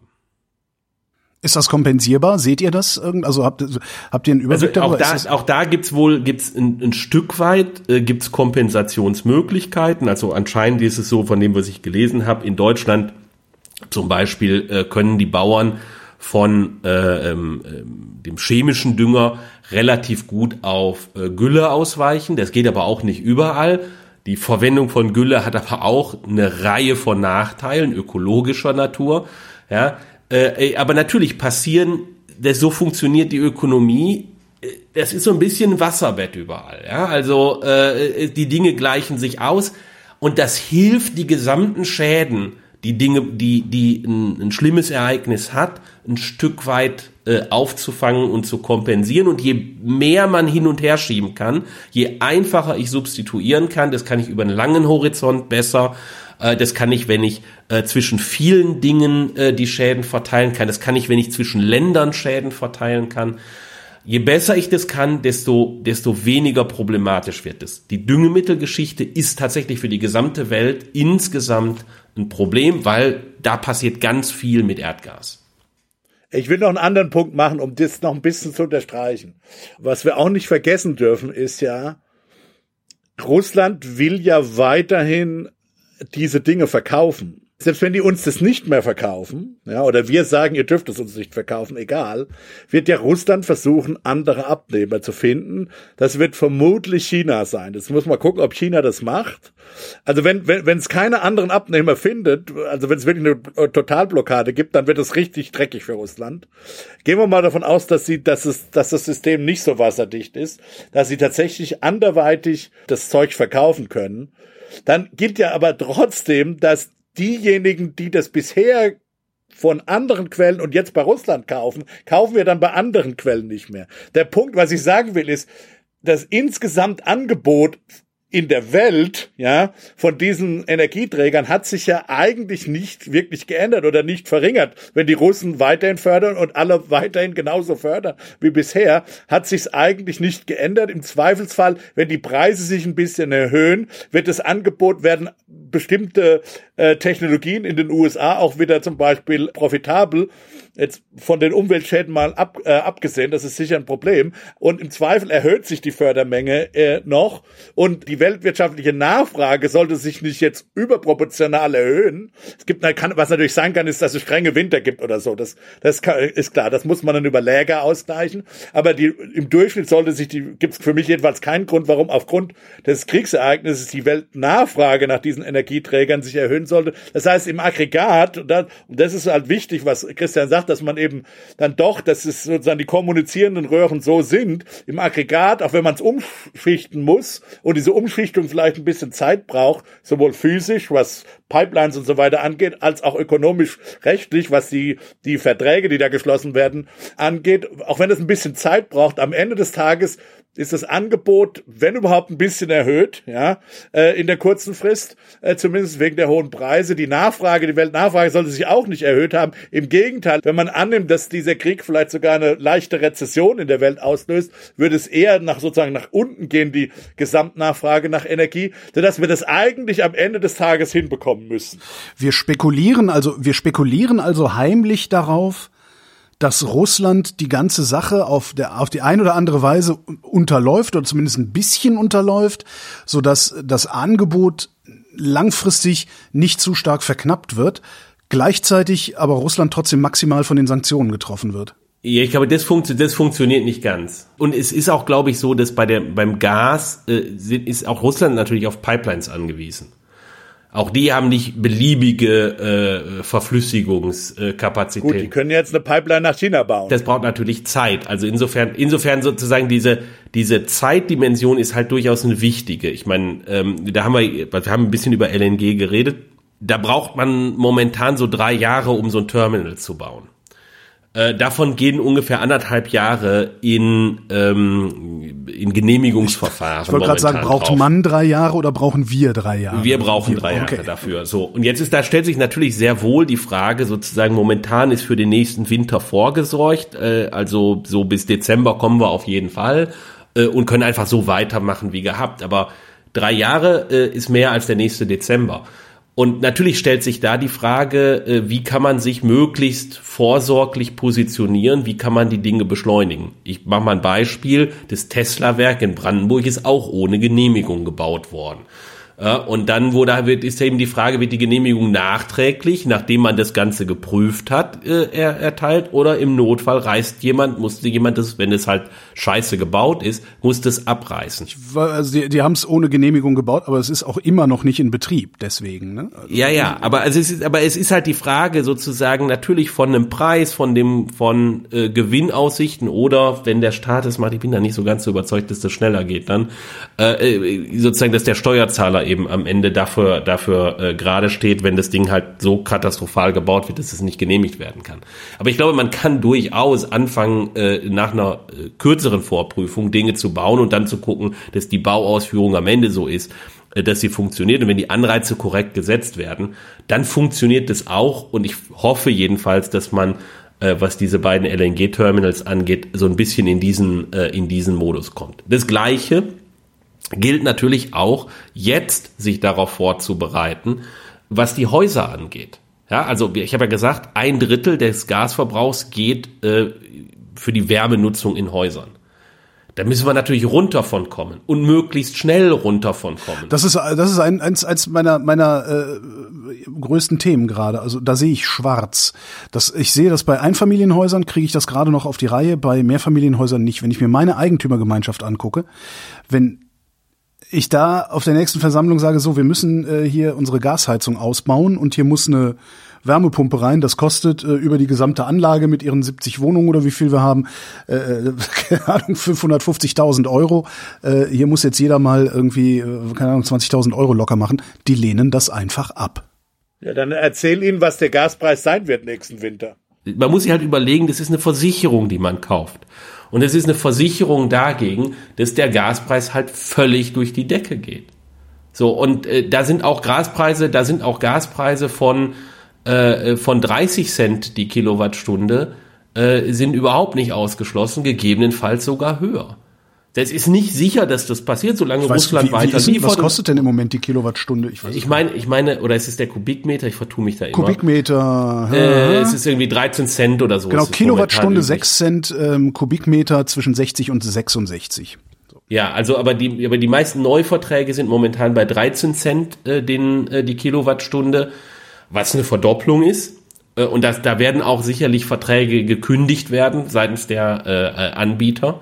Ist das kompensierbar? Seht ihr das? Also habt, habt ihr einen Überblick also auch darüber? da, auch da gibt's wohl gibt's ein, ein Stück weit äh, gibt's Kompensationsmöglichkeiten. Also anscheinend ist es so, von dem was ich gelesen habe, in Deutschland zum Beispiel äh, können die Bauern von äh, ähm, dem chemischen Dünger relativ gut auf äh, Gülle ausweichen. Das geht aber auch nicht überall. Die Verwendung von Gülle hat aber auch eine Reihe von Nachteilen ökologischer Natur. Ja. Äh, aber natürlich passieren, das, so funktioniert die Ökonomie. Das ist so ein bisschen Wasserbett überall. Ja? Also äh, die Dinge gleichen sich aus und das hilft, die gesamten Schäden, die Dinge, die die ein, ein schlimmes Ereignis hat, ein Stück weit äh, aufzufangen und zu kompensieren. Und je mehr man hin und her schieben kann, je einfacher ich substituieren kann, das kann ich über einen langen Horizont besser. Äh, das kann ich, wenn ich äh, zwischen vielen Dingen äh, die Schäden verteilen kann. Das kann ich, wenn ich zwischen Ländern Schäden verteilen kann. Je besser ich das kann, desto, desto weniger problematisch wird es. Die Düngemittelgeschichte ist tatsächlich für die gesamte Welt insgesamt ein Problem, weil da passiert ganz viel mit Erdgas. Ich will noch einen anderen Punkt machen, um das noch ein bisschen zu unterstreichen. Was wir auch nicht vergessen dürfen, ist ja, Russland will ja weiterhin diese Dinge verkaufen. Selbst wenn die uns das nicht mehr verkaufen, ja, oder wir sagen, ihr dürft es uns nicht verkaufen, egal, wird ja Russland versuchen, andere Abnehmer zu finden. Das wird vermutlich China sein. Das muss man gucken, ob China das macht. Also wenn wenn wenn es keine anderen Abnehmer findet, also wenn es wirklich eine Totalblockade gibt, dann wird es richtig dreckig für Russland. Gehen wir mal davon aus, dass sie, dass es, dass das System nicht so wasserdicht ist, dass sie tatsächlich anderweitig das Zeug verkaufen können. Dann gilt ja aber trotzdem, dass diejenigen, die das bisher von anderen Quellen und jetzt bei Russland kaufen, kaufen wir dann bei anderen Quellen nicht mehr. Der Punkt, was ich sagen will, ist, das insgesamt Angebot in der Welt, ja, von diesen Energieträgern hat sich ja eigentlich nicht wirklich geändert oder nicht verringert. Wenn die Russen weiterhin fördern und alle weiterhin genauso fördern wie bisher, hat sich's eigentlich nicht geändert. Im Zweifelsfall, wenn die Preise sich ein bisschen erhöhen, wird das Angebot, werden bestimmte äh, Technologien in den U S A auch wieder zum Beispiel profitabel. Jetzt von den Umweltschäden mal ab, äh, abgesehen, das ist sicher ein Problem. Und im Zweifel erhöht sich die Fördermenge äh, noch. Und die weltwirtschaftliche Nachfrage sollte sich nicht jetzt überproportional erhöhen. Es gibt, kann, was natürlich sein kann, ist, dass es strenge Winter gibt oder so. Das, das kann, ist klar. Das muss man dann über Läger ausgleichen. Aber die, im Durchschnitt sollte sich die, gibt es für mich jedenfalls keinen Grund, warum aufgrund des Kriegsereignisses die Weltnachfrage nach diesen Energieträgern sich erhöhen sollte. Das heißt, im Aggregat, und das, und das ist halt wichtig, was Christian sagt, dass man eben dann doch, dass es sozusagen die kommunizierenden Röhren so sind, im Aggregat, auch wenn man es umschichten muss und diese Umschichtung vielleicht ein bisschen Zeit braucht, sowohl physisch, was Pipelines und so weiter angeht, als auch ökonomisch rechtlich, was die, die Verträge, die da geschlossen werden, angeht, auch wenn es ein bisschen Zeit braucht, am Ende des Tages ist das Angebot, wenn überhaupt, ein bisschen erhöht, ja, äh, in der kurzen Frist, äh, zumindest wegen der hohen Preise. Die Nachfrage, die Weltnachfrage sollte sich auch nicht erhöht haben. Im Gegenteil, wenn man annimmt, dass dieser Krieg vielleicht sogar eine leichte Rezession in der Welt auslöst, würde es eher nach sozusagen nach unten gehen, die Gesamtnachfrage nach Energie, sodass wir das eigentlich am Ende des Tages hinbekommen müssen. Wir spekulieren also, wir spekulieren also heimlich darauf, dass Russland die ganze Sache auf der auf die eine oder andere Weise unterläuft oder zumindest ein bisschen unterläuft, so dass das Angebot langfristig nicht zu stark verknappt wird, gleichzeitig aber Russland trotzdem maximal von den Sanktionen getroffen wird. Ja, ich glaube, das, funktio- das funktioniert nicht ganz. Und es ist auch, glaube ich, so, dass bei der beim Gas äh, ist auch Russland natürlich auf Pipelines angewiesen. Auch die haben nicht beliebige äh, Verflüssigungskapazität. Gut, die können jetzt eine Pipeline nach China bauen. Das braucht natürlich Zeit. Also insofern, insofern sozusagen diese diese Zeitdimension ist halt durchaus eine wichtige. Ich meine, ähm, da haben wir, wir haben ein bisschen über L N G geredet. Da braucht man momentan so drei Jahre, um so ein Terminal zu bauen. Äh, davon gehen ungefähr anderthalb Jahre in ähm, in Genehmigungsverfahren. Ich, ich wollte gerade sagen, braucht drauf. man drei Jahre oder brauchen wir drei Jahre? Wir brauchen wir, drei Jahre okay. dafür. So, und jetzt ist da stellt sich natürlich sehr wohl die Frage, sozusagen momentan ist für den nächsten Winter vorgesorgt, äh, also so bis Dezember kommen wir auf jeden Fall äh, und können einfach so weitermachen wie gehabt. Aber drei Jahre äh, ist mehr als der nächste Dezember. Und natürlich stellt sich da die Frage, wie kann man sich möglichst vorsorglich positionieren, wie kann man die Dinge beschleunigen. Ich mache mal ein Beispiel, das Tesla-Werk in Brandenburg ist auch ohne Genehmigung gebaut worden. Ja, und dann wurde, wird, ist eben die Frage, wird die Genehmigung nachträglich, nachdem man das Ganze geprüft hat, äh, er, erteilt, oder im Notfall reißt jemand, musste jemand das, wenn es halt scheiße gebaut ist, muss das abreißen. Also die, die haben es ohne Genehmigung gebaut, aber es ist auch immer noch nicht in Betrieb, deswegen, ne? Also ja, ja, aber also es ist, aber es ist halt die Frage sozusagen natürlich von einem Preis, von dem, von äh, Gewinnaussichten, oder wenn der Staat es macht, ich bin da nicht so ganz so überzeugt, dass das schneller geht dann, äh, sozusagen, dass der Steuerzahler eben am Ende dafür dafür äh, gerade steht, wenn das Ding halt so katastrophal gebaut wird, dass es nicht genehmigt werden kann. Aber ich glaube, man kann durchaus anfangen, äh, nach einer äh, kürzeren Vorprüfung Dinge zu bauen und dann zu gucken, dass die Bauausführung am Ende so ist, äh, dass sie funktioniert. Und wenn die Anreize korrekt gesetzt werden, dann funktioniert das auch. Und ich hoffe jedenfalls, dass man, äh, was diese beiden L N G-Terminals angeht, so ein bisschen in diesen äh, in diesen Modus kommt. Das Gleiche gilt natürlich auch, jetzt sich darauf vorzubereiten, was die Häuser angeht. Ja, also ich habe ja gesagt, ein Drittel des Gasverbrauchs geht äh, für die Wärmenutzung in Häusern. Da müssen wir natürlich runter von kommen und möglichst schnell runter von kommen. Das ist das ist ein, eins, eins meiner meiner äh, größten Themen gerade. Also da sehe ich schwarz. Das, ich sehe das bei Einfamilienhäusern, kriege ich das gerade noch auf die Reihe, bei Mehrfamilienhäusern nicht. Wenn ich mir meine Eigentümergemeinschaft angucke, wenn ich da auf der nächsten Versammlung sage, so, wir müssen äh, hier unsere Gasheizung ausbauen und hier muss eine Wärmepumpe rein, das kostet äh, über die gesamte Anlage mit ihren siebzig Wohnungen oder wie viel wir haben, äh, keine Ahnung, fünfhundertfünfzigtausend Euro. Äh, hier muss jetzt jeder mal irgendwie, äh, keine Ahnung, zwanzigtausend Euro locker machen. Die lehnen das einfach ab. Ja, dann erzähl ihnen, was der Gaspreis sein wird nächsten Winter. Man muss sich halt überlegen, das ist eine Versicherung, die man kauft. Und es ist eine Versicherung dagegen, dass der Gaspreis halt völlig durch die Decke geht. So, und äh, da sind auch Gaspreise, da sind auch Gaspreise von äh, von dreißig Cent die Kilowattstunde äh, sind überhaupt nicht ausgeschlossen, gegebenenfalls sogar höher. Das ist nicht sicher, dass das passiert, solange weiß, Russland wie, weiter wie liefert. Was kostet denn im Moment die Kilowattstunde? Ich weiß ich meine, ich meine, oder ist es der Kubikmeter? Ich vertue mich da immer. Kubikmeter. Äh, es ist irgendwie dreizehn Cent oder so. Genau, Kilowattstunde sechs Cent, ähm, Kubikmeter zwischen sechzig und sechsundsechzig. So. Ja, also aber die, aber die meisten Neuverträge sind momentan bei dreizehn Cent äh, den äh, die Kilowattstunde, was eine Verdopplung ist. Äh, und das, da werden auch sicherlich Verträge gekündigt werden seitens der äh, Anbieter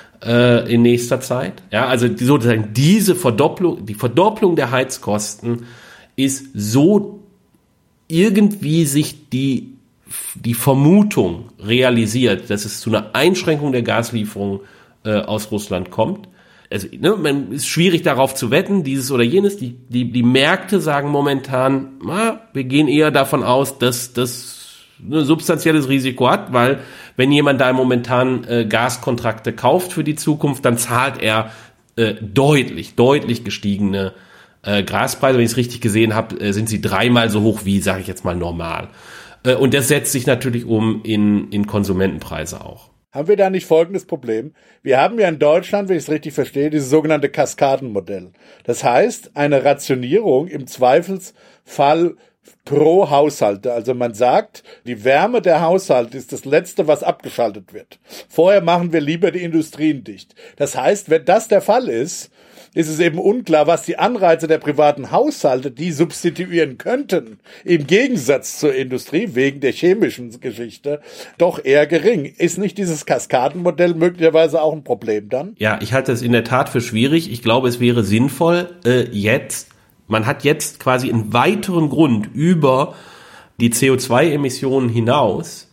in nächster Zeit. Ja, also sozusagen diese Verdopplung, die Verdopplung der Heizkosten ist so irgendwie sich die, die Vermutung realisiert, dass es zu einer Einschränkung der Gaslieferung äh, aus Russland kommt. Also, ne, man ist schwierig darauf zu wetten, dieses oder jenes. Die, die, die Märkte sagen momentan, na, wir gehen eher davon aus, dass das ein substanzielles Risiko hat, weil wenn jemand da momentan äh, Gaskontrakte kauft für die Zukunft, dann zahlt er äh, deutlich, deutlich gestiegene äh, Gaspreise. Wenn ich es richtig gesehen habe, äh, sind sie dreimal so hoch wie, sage ich jetzt mal, normal. Äh, und das setzt sich natürlich um in, in Konsumentenpreise auch. Haben wir da nicht folgendes Problem? Wir haben ja in Deutschland, wenn ich es richtig verstehe, dieses sogenannte Kaskadenmodell. Das heißt, eine Rationierung im Zweifelsfall pro Haushalte. Also man sagt, die Wärme der Haushalte ist das Letzte, was abgeschaltet wird. Vorher machen wir lieber die Industrien dicht. Das heißt, wenn das der Fall ist, ist es eben unklar, was die Anreize der privaten Haushalte, die substituieren könnten, im Gegensatz zur Industrie, wegen der chemischen Geschichte, doch eher gering. Ist nicht dieses Kaskadenmodell möglicherweise auch ein Problem dann? Ja, ich halte es in der Tat für schwierig. Ich glaube, es wäre sinnvoll, äh, jetzt Man hat jetzt quasi einen weiteren Grund über die C O zwei Emissionen hinaus,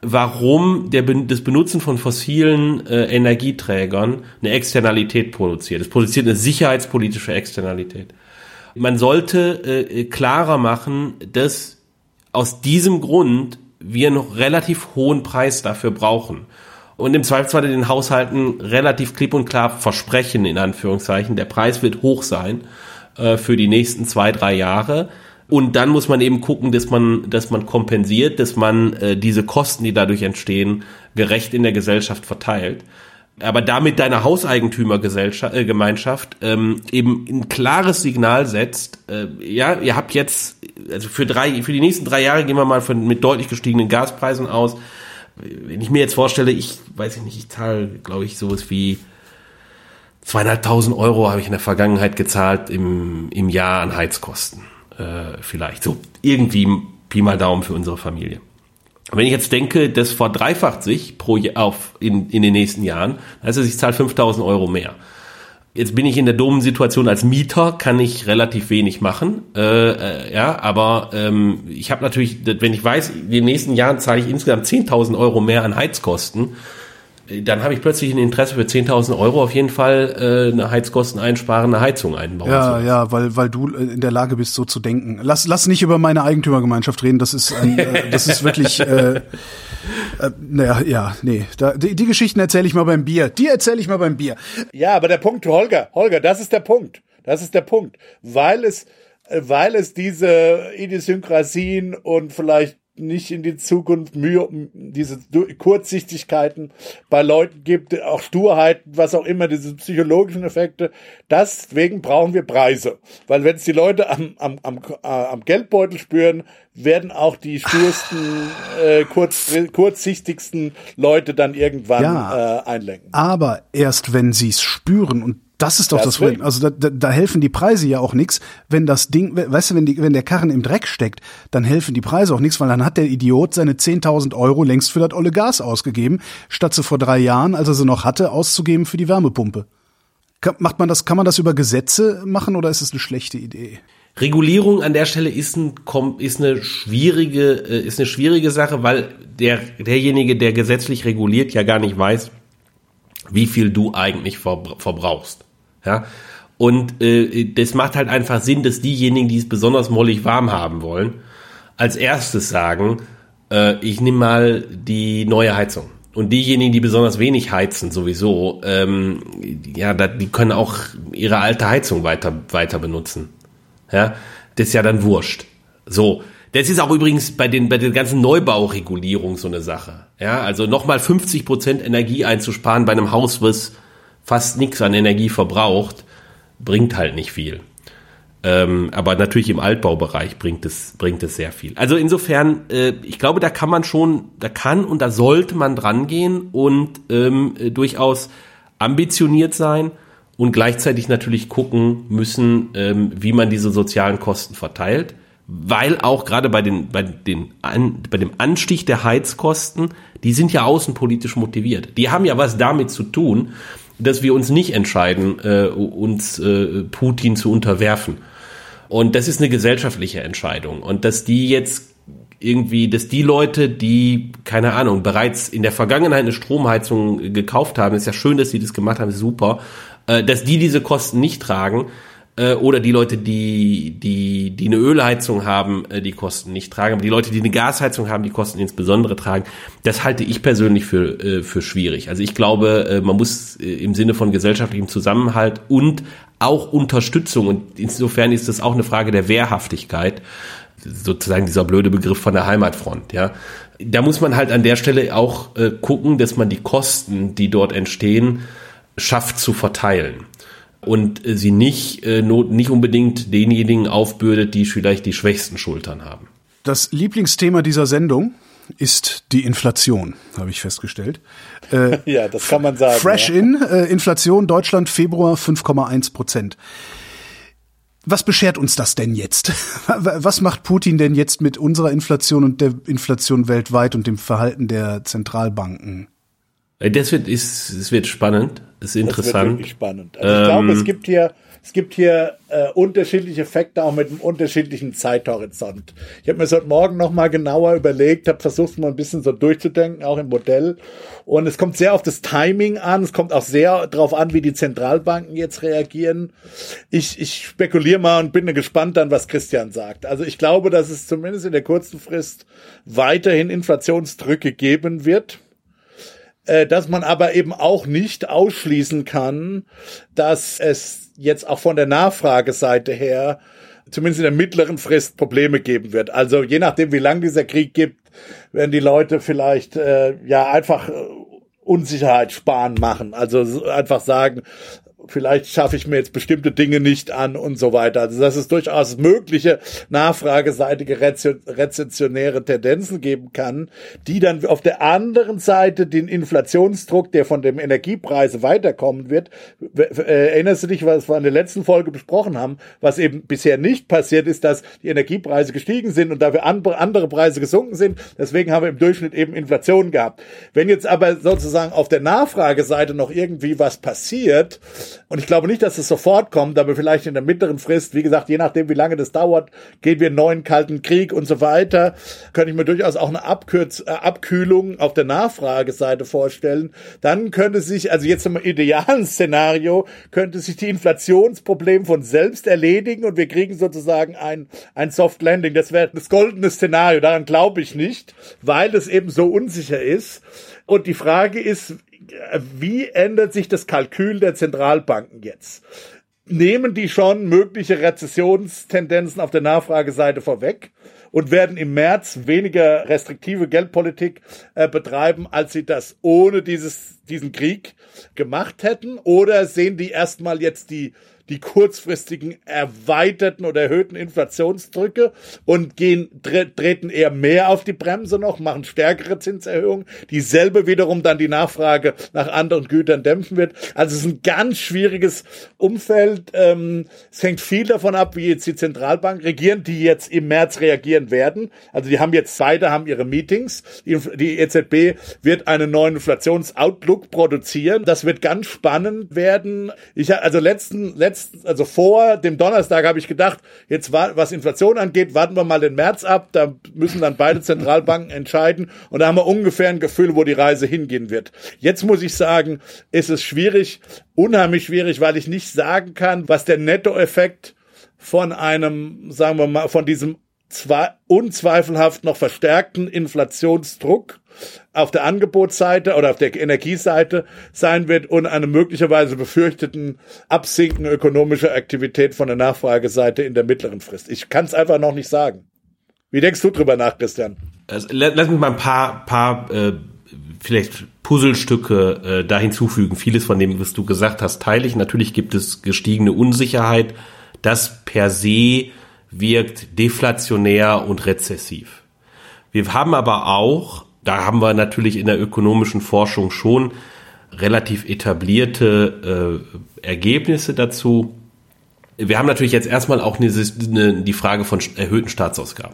warum der, das Benutzen von fossilen äh, Energieträgern eine Externalität produziert. Es produziert eine sicherheitspolitische Externalität. Man sollte äh, klarer machen, dass aus diesem Grund wir einen relativ hohen Preis dafür brauchen. Und im Zweifelsfall den Haushalten relativ klipp und klar versprechen, in Anführungszeichen, der Preis wird hoch sein für die nächsten zwei, drei Jahre. Und dann muss man eben gucken, dass man, dass man kompensiert, dass man äh, diese Kosten, die dadurch entstehen, gerecht in der Gesellschaft verteilt. Aber damit deine Hauseigentümergesellschaft, äh, Gemeinschaft ähm, eben ein klares Signal setzt, äh, ja, ihr habt jetzt, also für drei, für die nächsten drei Jahre gehen wir mal von, mit deutlich gestiegenen Gaspreisen aus. Wenn ich mir jetzt vorstelle, ich weiß nicht, ich zahle, glaube ich, sowas wie zweieinhalbtausend Euro habe ich in der Vergangenheit gezahlt im, im Jahr an Heizkosten. Äh, vielleicht so irgendwie Pi mal Daumen für unsere Familie. Wenn ich jetzt denke, das verdreifacht sich pro Jahr auf in, in den nächsten Jahren, heißt das, ich zahle fünftausend Euro mehr. Jetzt bin ich in der dummen Situation, als Mieter kann ich relativ wenig machen, äh, äh, ja, aber ähm, ich habe natürlich, wenn ich weiß, in den nächsten Jahren zahle ich insgesamt zehntausend Euro mehr an Heizkosten, dann habe ich plötzlich ein Interesse für zehntausend Euro auf jeden Fall äh, eine heizkosteneinsparende Heizung einbauen. Ja, ja, weil weil du in der Lage bist, so zu denken. Lass lass nicht über meine Eigentümergemeinschaft reden. Das ist ein, äh, das ist wirklich. Äh, äh, naja, ja, nee. Da, die, die Geschichten erzähle ich mal beim Bier. Die erzähle ich mal beim Bier. Ja, aber der Punkt, Holger, Holger, das ist der Punkt. Das ist der Punkt, weil es weil es diese Idiosynkrasien und vielleicht nicht in die Zukunft Mühe, diese Kurzsichtigkeiten bei Leuten gibt, auch Sturheiten, was auch immer, diese psychologischen Effekte. Deswegen brauchen wir Preise. Weil wenn es die Leute am, am, am, äh, am Geldbeutel spüren, werden auch die stursten, äh, kurz, kurzsichtigsten Leute dann irgendwann ja, äh, einlenken. Aber erst wenn sie es spüren, und das ist doch das Problem. Also da, da, da helfen die Preise ja auch nichts, wenn das Ding, weißt du, wenn die, wenn der Karren im Dreck steckt, dann helfen die Preise auch nichts, weil dann hat der Idiot seine zehntausend Euro längst für das olle Gas ausgegeben, statt sie vor drei Jahren, als er sie noch hatte, auszugeben für die Wärmepumpe. Kann, macht man das, kann man das über Gesetze machen oder ist es eine schlechte Idee? Regulierung an der Stelle ist, ein, ist eine schwierige, ist eine schwierige Sache, weil der, derjenige, der gesetzlich reguliert, ja gar nicht weiß, wie viel du eigentlich verbrauchst. Ja, und äh, das macht halt einfach Sinn, dass diejenigen, die es besonders mollig warm haben wollen, als erstes sagen, äh, ich nehme mal die neue Heizung. Und diejenigen, die besonders wenig heizen sowieso, ähm, ja, da, die können auch ihre alte Heizung weiter weiter benutzen. Ja, das ist ja dann wurscht. So, das ist auch übrigens bei den bei den ganzen Neubauregulierungen so eine Sache. Ja, also nochmal fünfzig Prozent Energie einzusparen bei einem Haus, was fast nichts an Energie verbraucht, bringt halt nicht viel. Ähm, aber natürlich im Altbaubereich bringt es, bringt es sehr viel. Also insofern, äh, ich glaube, da kann man schon, da kann und da sollte man dran gehen und ähm, durchaus ambitioniert sein und gleichzeitig natürlich gucken müssen, ähm, wie man diese sozialen Kosten verteilt. Weil auch gerade bei den, bei den, an, bei dem Anstieg der Heizkosten, die sind ja außenpolitisch motiviert. Die haben ja was damit zu tun, dass wir uns nicht entscheiden, äh, uns äh, Putin zu unterwerfen. Und das ist eine gesellschaftliche Entscheidung. Und dass die jetzt irgendwie, dass die Leute, die, keine Ahnung, bereits in der Vergangenheit eine Stromheizung gekauft haben, ist ja schön, dass sie das gemacht haben, ist super, äh, dass die diese Kosten nicht tragen, äh, oder die Leute, die, die, die eine Ölheizung haben, äh, die Kosten nicht tragen, aber die Leute, die eine Gasheizung haben, die Kosten insbesondere tragen, das halte ich persönlich für, äh, für schwierig. Also ich glaube, äh, man muss äh, im Sinne von gesellschaftlichem Zusammenhalt und auch Unterstützung, und insofern ist das auch eine Frage der Wehrhaftigkeit, sozusagen dieser blöde Begriff von der Heimatfront, ja. Da muss man halt an der Stelle auch äh, gucken, dass man die Kosten, die dort entstehen, schafft zu verteilen und äh, sie nicht äh, not, nicht unbedingt denjenigen aufbürdet, die vielleicht die schwächsten Schultern haben. Das Lieblingsthema dieser Sendung ist die Inflation, habe ich festgestellt. Äh, ja, das kann man sagen. Fresh ja. in, äh, Inflation Deutschland Februar fünf Komma eins Prozent. Was beschert uns das denn jetzt? Was macht Putin denn jetzt mit unserer Inflation und der Inflation weltweit und dem Verhalten der Zentralbanken? Das wird, ist, es wird spannend, ist interessant. Das wird wirklich spannend. Also ich ähm, glaube, es gibt hier, es gibt hier äh, unterschiedliche Effekte, auch mit einem unterschiedlichen Zeithorizont. Ich habe mir das heute Morgen nochmal genauer überlegt, habe versucht, mal ein bisschen so durchzudenken, auch im Modell. Und es kommt sehr auf das Timing an, es kommt auch sehr darauf an, wie die Zentralbanken jetzt reagieren. Ich, ich spekuliere mal und bin gespannt dann, was Christian sagt. Also ich glaube, dass es zumindest in der kurzen Frist weiterhin Inflationsdrücke geben wird, dass man aber eben auch nicht ausschließen kann, dass es jetzt auch von der Nachfrageseite her zumindest in der mittleren Frist Probleme geben wird. Also je nachdem, wie lang dieser Krieg gibt, werden die Leute vielleicht äh, ja einfach Unsicherheit sparen machen. Also einfach sagen, vielleicht schaffe ich mir jetzt bestimmte Dinge nicht an und so weiter. Also dass es durchaus mögliche nachfrageseitige rezessionäre Tendenzen geben kann, die dann auf der anderen Seite den Inflationsdruck, der von dem Energiepreise weiterkommen wird, erinnerst du dich, was wir in der letzten Folge besprochen haben, was eben bisher nicht passiert ist, dass die Energiepreise gestiegen sind und dafür andere Preise gesunken sind. Deswegen haben wir im Durchschnitt eben Inflation gehabt. Wenn jetzt aber sozusagen auf der Nachfrageseite noch irgendwie was passiert, und ich glaube nicht, dass es sofort kommt, aber vielleicht in der mittleren Frist, wie gesagt, je nachdem, wie lange das dauert, gehen wir in einen neuen Kalten Krieg und so weiter, könnte ich mir durchaus auch eine Abkürz- äh, Abkühlung auf der Nachfrageseite vorstellen. Dann könnte sich, also jetzt im idealen Szenario, könnte sich die Inflationsproblem von selbst erledigen und wir kriegen sozusagen ein, ein Soft Landing. Das wäre das goldene Szenario. Daran glaube ich nicht, weil es eben so unsicher ist. Und die Frage ist, wie ändert sich das Kalkül der Zentralbanken jetzt? Nehmen die schon mögliche Rezessionstendenzen auf der Nachfrageseite vorweg und werden im März weniger restriktive Geldpolitik äh, betreiben, als sie das ohne dieses, diesen Krieg gemacht hätten? Oder sehen die erstmal jetzt die die kurzfristigen erweiterten oder erhöhten Inflationsdrücke und gehen, tre- treten eher mehr auf die Bremse noch, machen stärkere Zinserhöhungen, dieselbe wiederum dann die Nachfrage nach anderen Gütern dämpfen wird. Also es ist ein ganz schwieriges Umfeld. Ähm, es hängt viel davon ab, wie jetzt die Zentralbank regieren, die jetzt im März reagieren werden. Also die haben jetzt beide haben ihre Meetings. Die, die E Z B wird einen neuen Inflationsoutlook produzieren. Das wird ganz spannend werden. Ich also letzten letzten Also vor dem Donnerstag habe ich gedacht, jetzt was Inflation angeht, warten wir mal den März ab, da müssen dann beide Zentralbanken entscheiden und da haben wir ungefähr ein Gefühl, wo die Reise hingehen wird. Jetzt muss ich sagen, ist es schwierig, unheimlich schwierig, weil ich nicht sagen kann, was der Nettoeffekt von einem, sagen wir mal, von diesem zwar unzweifelhaft noch verstärkten Inflationsdruck auf der Angebotsseite oder auf der Energieseite sein wird und eine möglicherweise befürchteten Absinken ökonomischer Aktivität von der Nachfrageseite in der mittleren Frist. Ich kann es einfach noch nicht sagen. Wie denkst du drüber nach, Christian? Also, lass mich mal ein paar, paar äh, vielleicht Puzzlestücke äh, da hinzufügen. Vieles von dem, was du gesagt hast, teile ich. Natürlich gibt es gestiegene Unsicherheit. Das per se wirkt deflationär und rezessiv. Wir haben aber auch, da haben wir natürlich in der ökonomischen Forschung schon relativ etablierte äh, Ergebnisse dazu. Wir haben natürlich jetzt erstmal auch eine, eine, die Frage von erhöhten Staatsausgaben.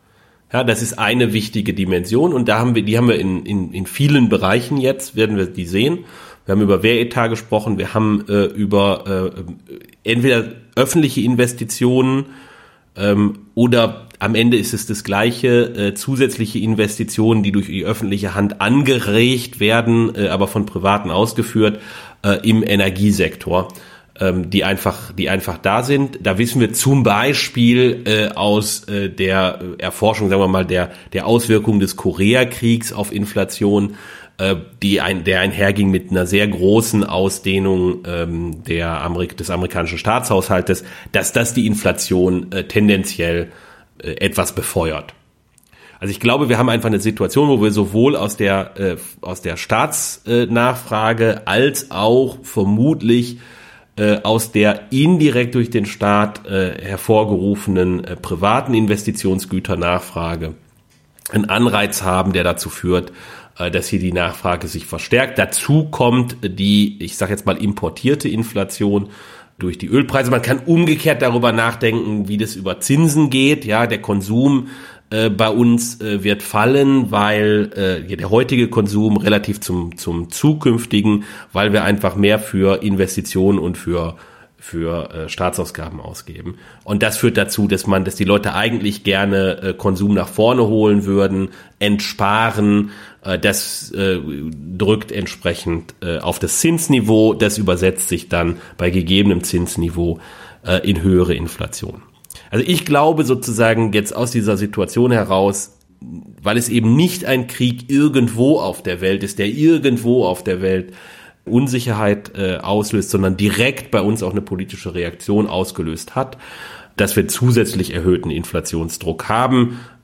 Ja, das ist eine wichtige Dimension und da haben wir, die haben wir in, in, in vielen Bereichen jetzt, werden wir die sehen. Wir haben über Wehretat gesprochen, wir haben äh, über äh, entweder öffentliche Investitionen ähm, oder am Ende ist es das Gleiche, äh, zusätzliche Investitionen, die durch die öffentliche Hand angeregt werden, äh, aber von Privaten ausgeführt, äh, im Energiesektor, ähm, die einfach, die einfach da sind. Da wissen wir zum Beispiel äh, aus äh, der Erforschung, sagen wir mal, der, der Auswirkungen des Koreakriegs auf Inflation, äh, die ein, der einherging mit einer sehr großen Ausdehnung ähm, der Amerik- des amerikanischen Staatshaushaltes, dass das die Inflation äh, tendenziell etwas befeuert. Also ich glaube, wir haben einfach eine Situation, wo wir sowohl aus der äh, aus der Staatsnachfrage als auch vermutlich äh, aus der indirekt durch den Staat äh, hervorgerufenen äh, privaten Investitionsgüternachfrage einen Anreiz haben, der dazu führt, äh, dass hier die Nachfrage sich verstärkt. Dazu kommt die, ich sage jetzt mal, importierte Inflation durch die Ölpreise. Man kann umgekehrt darüber nachdenken, wie das über Zinsen geht. Ja, der Konsum äh, bei uns äh, wird fallen, weil äh, der heutige Konsum relativ zum zum zukünftigen, weil wir einfach mehr für Investitionen und für für äh, Staatsausgaben ausgeben. Und das führt dazu, dass man, dass die Leute eigentlich gerne äh, Konsum nach vorne holen würden, entsparen. Äh, das äh, drückt entsprechend äh, auf das Zinsniveau. Das übersetzt sich dann bei gegebenem Zinsniveau äh, in höhere Inflation. Also ich glaube sozusagen jetzt aus dieser Situation heraus, weil es eben nicht ein Krieg irgendwo auf der Welt ist, der irgendwo auf der Welt Unsicherheit äh, auslöst, sondern direkt bei uns auch eine politische Reaktion ausgelöst hat, dass wir zusätzlich erhöhten Inflationsdruck haben.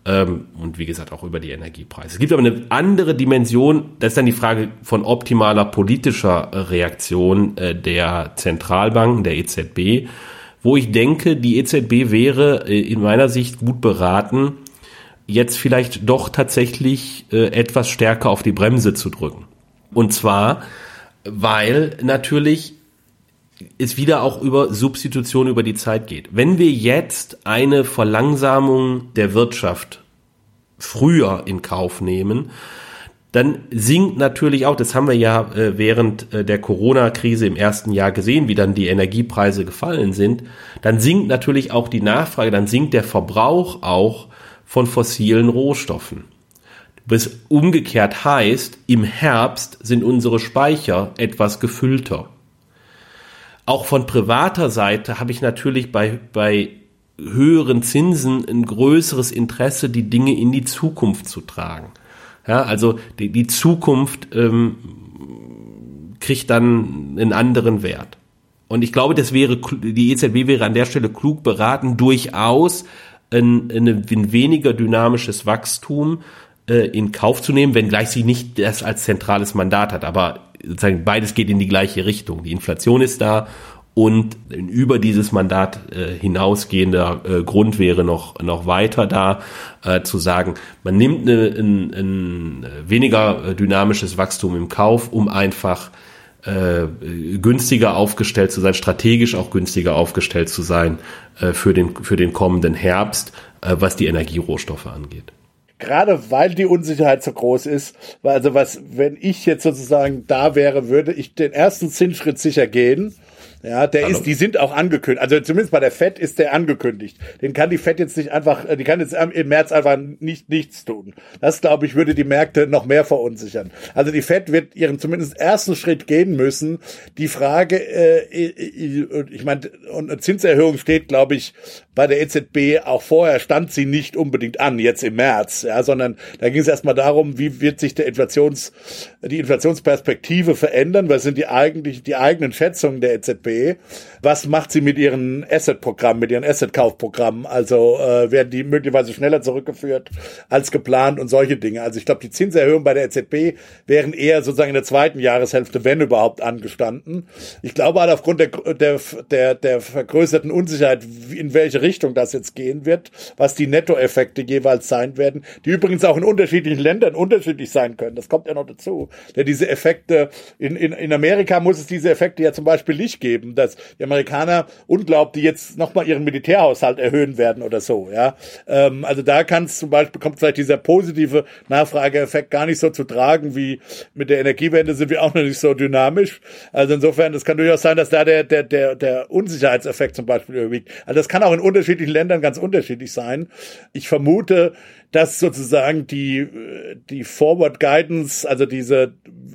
ähm, und wie gesagt auch über die Energiepreise. Es gibt aber eine andere Dimension, das ist dann die Frage von optimaler politischer Reaktion äh, der Zentralbanken, der E Z B, wo ich denke, die E Z B wäre äh, in meiner Sicht gut beraten, jetzt vielleicht doch tatsächlich äh, etwas stärker auf die Bremse zu drücken. Und zwar, weil natürlich es wieder auch über Substitution über die Zeit geht. Wenn wir jetzt eine Verlangsamung der Wirtschaft früher in Kauf nehmen, dann sinkt natürlich auch, das haben wir ja äh, während äh, der Corona-Krise im ersten Jahr gesehen, wie dann die Energiepreise gefallen sind, dann sinkt natürlich auch die Nachfrage, dann sinkt der Verbrauch auch von fossilen Rohstoffen. Was umgekehrt heißt, im Herbst sind unsere Speicher etwas gefüllter. Auch von privater Seite habe ich natürlich bei, bei höheren Zinsen ein größeres Interesse, die Dinge in die Zukunft zu tragen. Ja, also die, die Zukunft ähm, kriegt dann einen anderen Wert. Und ich glaube, das wäre, die E Z B wäre an der Stelle klug beraten, durchaus ein, ein, ein weniger dynamisches Wachstum äh, in Kauf zu nehmen, wenngleich sie nicht das als zentrales Mandat hat. Aber sozusagen beides geht in die gleiche Richtung. Die Inflation ist da und über dieses Mandat äh, hinausgehender äh, Grund wäre noch noch weiter da, äh, zu sagen, man nimmt eine, ein, ein weniger dynamisches Wachstum im Kauf, um einfach äh, günstiger aufgestellt zu sein, strategisch auch günstiger aufgestellt zu sein äh, für den für den kommenden Herbst, äh, was die Energierohstoffe angeht. Gerade weil die Unsicherheit so groß ist, also was, wenn ich jetzt sozusagen da wäre, würde ich den ersten Zinsschritt sicher gehen. Ja, der Hallo. ist, die sind auch angekündigt. Also zumindest bei der Fed ist der angekündigt. Den kann die Fed jetzt nicht einfach, die kann jetzt im März einfach nicht nichts tun. Das, glaube ich, würde die Märkte noch mehr verunsichern. Also die Fed wird ihren zumindest ersten Schritt gehen müssen. Die Frage, äh, ich meine, und eine Zinserhöhung steht, glaube ich, bei der E Z B auch vorher, stand sie nicht unbedingt an, jetzt im März, ja, sondern da ging es erstmal darum, wie wird sich der Inflations, die Inflationsperspektive verändern, was sind die eigentlich, die eigenen Schätzungen der E Z B, was macht sie mit ihren Asset-Programmen, mit ihren Asset-Kaufprogrammen, also äh, werden die möglicherweise schneller zurückgeführt als geplant und solche Dinge. Also ich glaube, die Zinserhöhungen bei der E Z B wären eher sozusagen in der zweiten Jahreshälfte, wenn überhaupt, angestanden. Ich glaube halt aufgrund der, der, der, der vergrößerten Unsicherheit, in welche Richtung das jetzt gehen wird, was die Nettoeffekte jeweils sein werden, die übrigens auch in unterschiedlichen Ländern unterschiedlich sein können. Das kommt ja noch dazu. Denn diese Effekte, in, in, in Amerika muss es diese Effekte ja zum Beispiel nicht geben, dass die Amerikaner unglaublich jetzt nochmal ihren Militärhaushalt erhöhen werden oder so, ja. Ähm, also da kann es zum Beispiel, kommt vielleicht dieser positive Nachfrageeffekt gar nicht so zu tragen, wie mit der Energiewende sind wir auch noch nicht so dynamisch. Also insofern, das kann durchaus sein, dass da der, der, der, der Unsicherheitseffekt zum Beispiel überwiegt. Also das kann auch in unterschiedlichen Ländern ganz unterschiedlich sein. Ich vermute, dass sozusagen die, die Forward Guidance, also diese,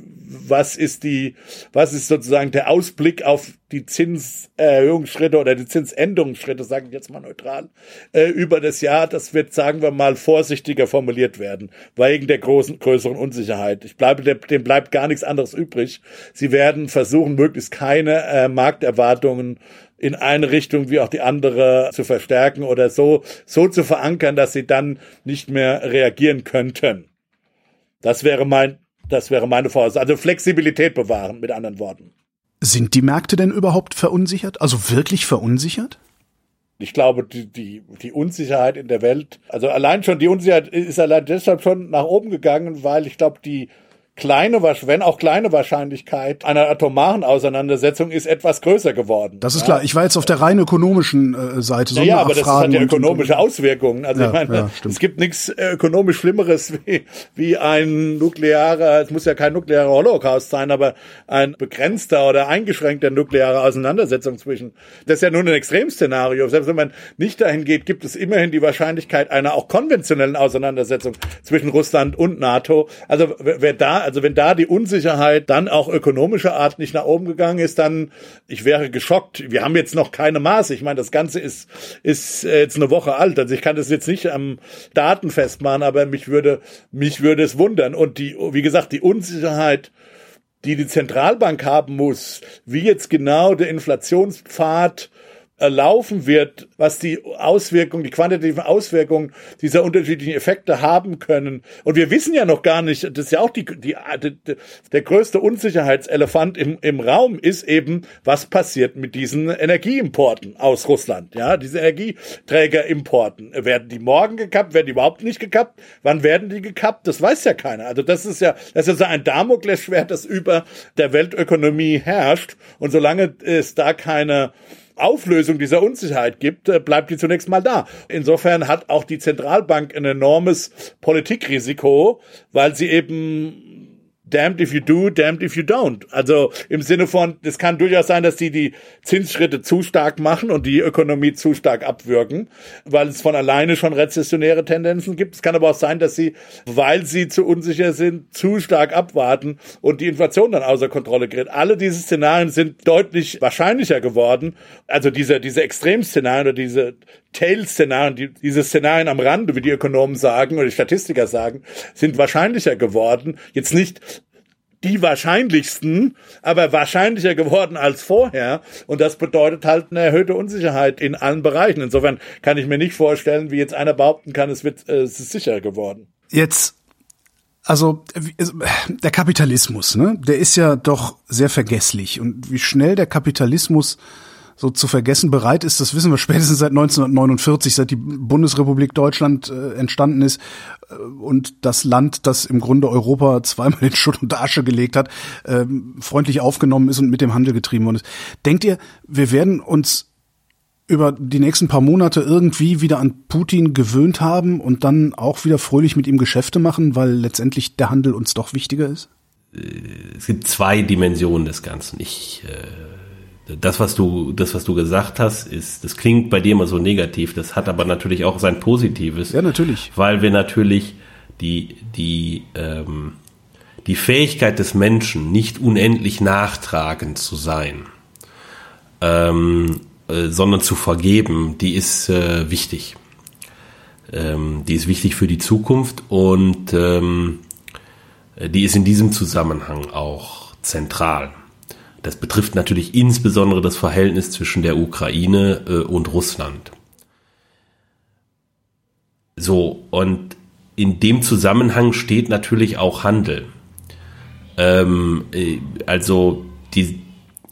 was ist die, was ist sozusagen der Ausblick auf die Zinserhöhungsschritte oder die Zinsänderungsschritte, sage ich jetzt mal neutral, äh, über das Jahr, das wird, sagen wir mal, vorsichtiger formuliert werden, wegen der großen, größeren Unsicherheit. Ich bleibe, dem bleibt gar nichts anderes übrig. Sie werden versuchen, möglichst keine äh, Markterwartungen in eine Richtung wie auch die andere zu verstärken oder so, so zu verankern, dass sie dann nicht mehr reagieren könnten. Das wäre mein, das wäre meine Voraussage. Also Flexibilität bewahren, mit anderen Worten. Sind die Märkte denn überhaupt verunsichert? Also wirklich verunsichert? Ich glaube, die, die, die Unsicherheit in der Welt, also allein schon die Unsicherheit ist allein deshalb schon nach oben gegangen, weil ich glaube, die kleine, wenn auch kleine Wahrscheinlichkeit einer atomaren Auseinandersetzung ist etwas größer geworden. Das ist ja klar. Ich war jetzt auf der rein ökonomischen äh, Seite. Ja, ja, aber das hat ja ökonomische Auswirkungen. Also ja, ich meine, ja, es gibt nichts ökonomisch Schlimmeres wie, wie ein nuklearer, es muss ja kein nuklearer Holocaust sein, aber ein begrenzter oder eingeschränkter nuklearer Auseinandersetzung zwischen. Das ist ja nur ein Extremszenario. Selbst wenn man nicht dahin geht, gibt es immerhin die Wahrscheinlichkeit einer auch konventionellen Auseinandersetzung zwischen Russland und NATO. Also wer da Also wenn da die Unsicherheit dann auch ökonomischer Art nicht nach oben gegangen ist, dann, ich wäre geschockt. Wir haben jetzt noch keine Maße. Ich meine, das Ganze ist ist jetzt eine Woche alt. Also ich kann das jetzt nicht am Daten festmachen, aber mich würde mich würde es wundern. Und die, wie gesagt, die Unsicherheit, die die Zentralbank haben muss, wie jetzt genau der Inflationspfad laufen wird, was die Auswirkungen, die quantitativen Auswirkungen dieser unterschiedlichen Effekte haben können. Und wir wissen ja noch gar nicht, das ist ja auch die, die, die der größte Unsicherheitselefant im, im Raum ist eben, was passiert mit diesen Energieimporten aus Russland, ja, diese Energieträgerimporten. Werden die morgen gekappt? Werden die überhaupt nicht gekappt? Wann werden die gekappt? Das weiß ja keiner. Also das ist ja, das ist ja ein Damoklesschwert, das über der Weltökonomie herrscht. Und solange es da keine Auflösung dieser Unsicherheit gibt, bleibt die zunächst mal da. Insofern hat auch die Zentralbank ein enormes Politikrisiko, weil sie eben damned if you do, damned if you don't. Also im Sinne von, es kann durchaus sein, dass die die Zinsschritte zu stark machen und die Ökonomie zu stark abwürgen, weil es von alleine schon rezessionäre Tendenzen gibt. Es kann aber auch sein, dass sie, weil sie zu unsicher sind, zu stark abwarten und die Inflation dann außer Kontrolle gerät. Alle diese Szenarien sind deutlich wahrscheinlicher geworden. Also diese, diese Extremszenarien oder diese Tail-Szenarien, die, diese Szenarien am Rande, wie die Ökonomen sagen oder die Statistiker sagen, sind wahrscheinlicher geworden. Jetzt nicht die wahrscheinlichsten, aber wahrscheinlicher geworden als vorher. Und das bedeutet halt eine erhöhte Unsicherheit in allen Bereichen. Insofern kann ich mir nicht vorstellen, wie jetzt einer behaupten kann, es wird, äh, es ist sicherer geworden. Jetzt, also der Kapitalismus, ne, der ist ja doch sehr vergesslich. Und wie schnell der Kapitalismus so zu vergessen bereit ist, das wissen wir spätestens seit neunzehnhundertneunundvierzig, seit die Bundesrepublik Deutschland äh, entstanden ist äh, und das Land, das im Grunde Europa zweimal in Schutt und Asche gelegt hat, äh, freundlich aufgenommen ist und mit dem Handel getrieben worden ist. Denkt ihr, wir werden uns über die nächsten paar Monate irgendwie wieder an Putin gewöhnt haben und dann auch wieder fröhlich mit ihm Geschäfte machen, weil letztendlich der Handel uns doch wichtiger ist? Es gibt zwei Dimensionen des Ganzen. Ich äh Das, was du, das, was du gesagt hast, ist, das klingt bei dir immer so negativ. Das hat aber natürlich auch sein Positives. Ja, natürlich. Weil wir natürlich die, die, ähm, die Fähigkeit des Menschen, nicht unendlich nachtragend zu sein, ähm, äh, sondern zu vergeben, die ist äh, wichtig. Ähm, die ist wichtig für die Zukunft und ähm, die ist in diesem Zusammenhang auch zentral. Das betrifft natürlich insbesondere das Verhältnis zwischen der Ukraine äh, und Russland. So, und in dem Zusammenhang steht natürlich auch Handel. Ähm, äh, also die,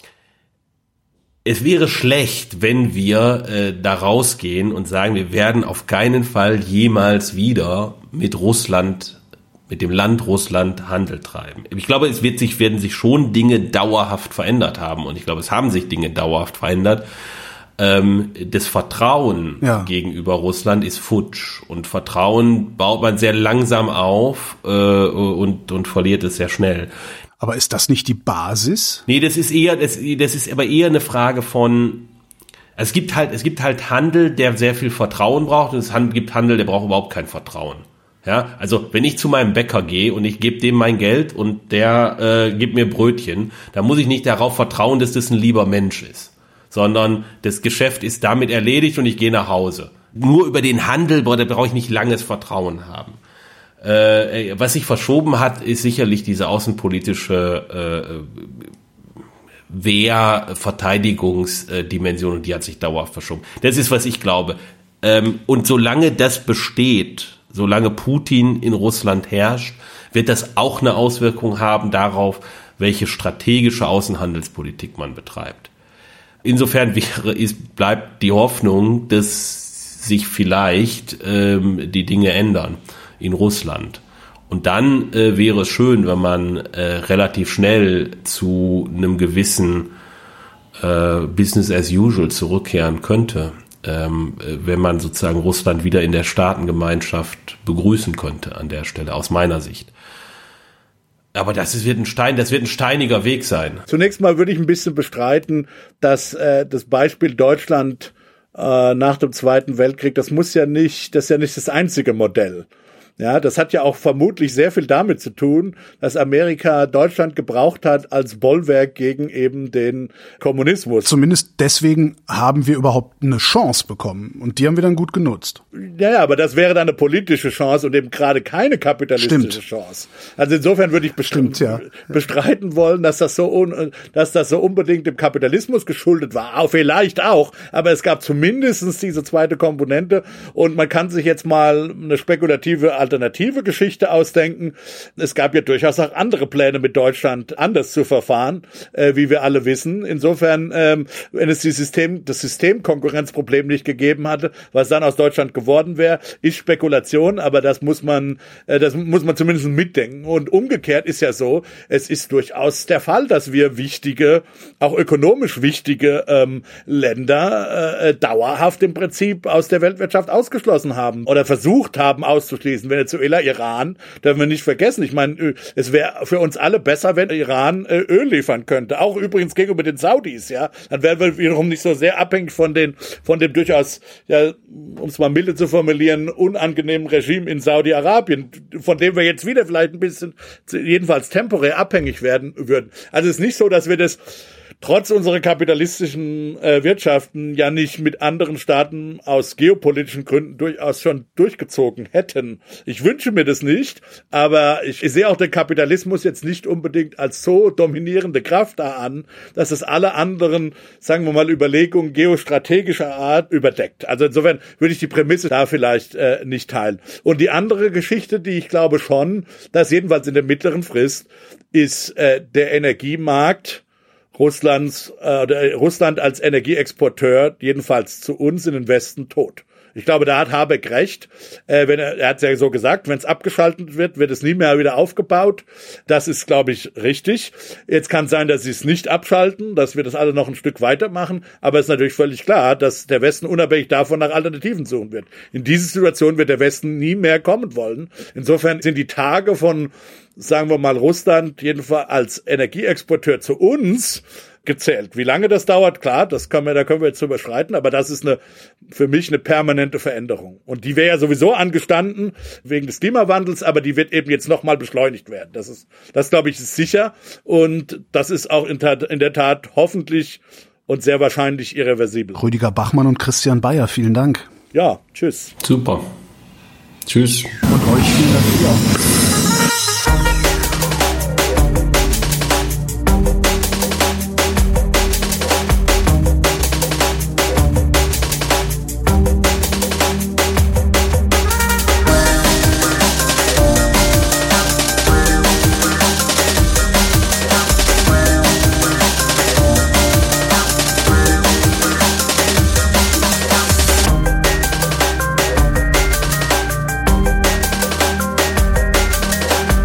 es wäre schlecht, wenn wir äh, da rausgehen und sagen, wir werden auf keinen Fall jemals wieder mit Russland mit dem Land Russland Handel treiben. Ich glaube, es wird sich, werden sich schon Dinge dauerhaft verändert haben. Und ich glaube, es haben sich Dinge dauerhaft verändert. Ähm, das Vertrauen ja. gegenüber Russland ist futsch. Und Vertrauen baut man sehr langsam auf äh, und, und verliert es sehr schnell. Aber ist das nicht die Basis? Nee, das ist eher, das, das ist aber eher eine Frage von, es gibt halt, es gibt halt Handel, der sehr viel Vertrauen braucht. Und es gibt Handel, der braucht überhaupt kein Vertrauen. Ja, also wenn ich zu meinem Bäcker gehe und ich gebe dem mein Geld und der äh, gibt mir Brötchen, dann muss ich nicht darauf vertrauen, dass das ein lieber Mensch ist, sondern das Geschäft ist damit erledigt und ich gehe nach Hause. Nur über den Handel da brauche ich nicht langes Vertrauen haben. Äh, was sich verschoben hat, ist sicherlich diese außenpolitische äh, Wehr-Verteidigungsdimension und die hat sich dauerhaft verschoben. Das ist, was ich glaube. Ähm, und solange das besteht, solange Putin in Russland herrscht, wird das auch eine Auswirkung haben darauf, welche strategische Außenhandelspolitik man betreibt. Insofern wäre, ist, bleibt die Hoffnung, dass sich vielleicht ähm, die Dinge ändern in Russland. Und dann äh, wäre es schön, wenn man äh, relativ schnell zu einem gewissen äh, Business as usual zurückkehren könnte. Ähm, wenn man sozusagen Russland wieder in der Staatengemeinschaft begrüßen könnte an der Stelle, aus meiner Sicht. Aber das ist, wird ein Stein, das wird ein steiniger Weg sein. Zunächst mal würde ich ein bisschen bestreiten, dass äh, das Beispiel Deutschland äh, nach dem Zweiten Weltkrieg, das muss ja nicht, das ist ja nicht das einzige Modell. Ja, das hat ja auch vermutlich sehr viel damit zu tun, dass Amerika Deutschland gebraucht hat als Bollwerk gegen eben den Kommunismus. Zumindest deswegen haben wir überhaupt eine Chance bekommen und die haben wir dann gut genutzt. Ja, ja, aber das wäre dann eine politische Chance und eben gerade keine kapitalistische Stimmt. Chance. Also insofern würde ich bestreiten, Stimmt, ja. bestreiten wollen, dass das so un, dass das so unbedingt dem Kapitalismus geschuldet war. Auch vielleicht auch, aber es gab zumindest diese zweite Komponente und man kann sich jetzt mal eine spekulative alternative Geschichte ausdenken. Es gab ja durchaus auch andere Pläne mit Deutschland anders zu verfahren, äh, wie wir alle wissen. Insofern, ähm, wenn es die System, das Systemkonkurrenzproblem nicht gegeben hatte, was dann aus Deutschland geworden wäre, ist Spekulation, aber das muss man, äh, das muss man zumindest mitdenken. Und umgekehrt ist ja so, es ist durchaus der Fall, dass wir wichtige, auch ökonomisch wichtige ähm, Länder äh, dauerhaft im Prinzip aus der Weltwirtschaft ausgeschlossen haben oder versucht haben auszuschließen. Venezuela, Iran, dürfen wir nicht vergessen. Ich meine, es wäre für uns alle besser, wenn Iran äh, Öl liefern könnte. Auch übrigens gegenüber den Saudis, ja. Dann wären wir wiederum nicht so sehr abhängig von den, von dem durchaus, ja, um es mal milde zu formulieren, unangenehmen Regime in Saudi-Arabien, von dem wir jetzt wieder vielleicht ein bisschen, jedenfalls temporär abhängig werden würden. Also es ist nicht so, dass wir das trotz unserer kapitalistischen äh, Wirtschaften ja nicht mit anderen Staaten aus geopolitischen Gründen durchaus schon durchgezogen hätten. Ich wünsche mir das nicht, aber ich, ich sehe auch den Kapitalismus jetzt nicht unbedingt als so dominierende Kraft da an, dass es alle anderen, sagen wir mal, Überlegungen geostrategischer Art überdeckt. Also insofern würde ich die Prämisse da vielleicht äh, nicht teilen. Und die andere Geschichte, die ich glaube schon, dass jedenfalls in der mittleren Frist ist äh, der Energiemarkt Russlands, äh, Russland als Energieexporteur, jedenfalls zu uns in den Westen, tot. Ich glaube, da hat Habeck recht. Äh, wenn er, er hat es ja so gesagt, wenn es abgeschaltet wird, wird es nie mehr wieder aufgebaut. Das ist, glaube ich, richtig. Jetzt kann sein, dass sie es nicht abschalten, dass wir das alle noch ein Stück weitermachen. Aber es ist natürlich völlig klar, dass der Westen unabhängig davon nach Alternativen suchen wird. In diese Situation wird der Westen nie mehr kommen wollen. Insofern sind die Tage von, sagen wir mal, Russland jedenfalls als Energieexporteur zu uns gezählt. Wie lange das dauert, klar, das können wir, da können wir jetzt drüber streiten, aber das ist eine, für mich eine permanente Veränderung. Und die wäre ja sowieso angestanden wegen des Klimawandels, aber die wird eben jetzt nochmal beschleunigt werden. Das ist, das glaube ich, ist sicher. Und das ist auch in, Tat, in der Tat hoffentlich und sehr wahrscheinlich irreversibel. Rüdiger Bachmann und Christian Bayer, vielen Dank. Ja, tschüss. Super. Tschüss. Und euch vielen Dank für die Aufmerksamkeit.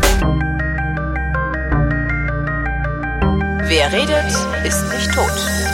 Wer redet, ist nicht tot.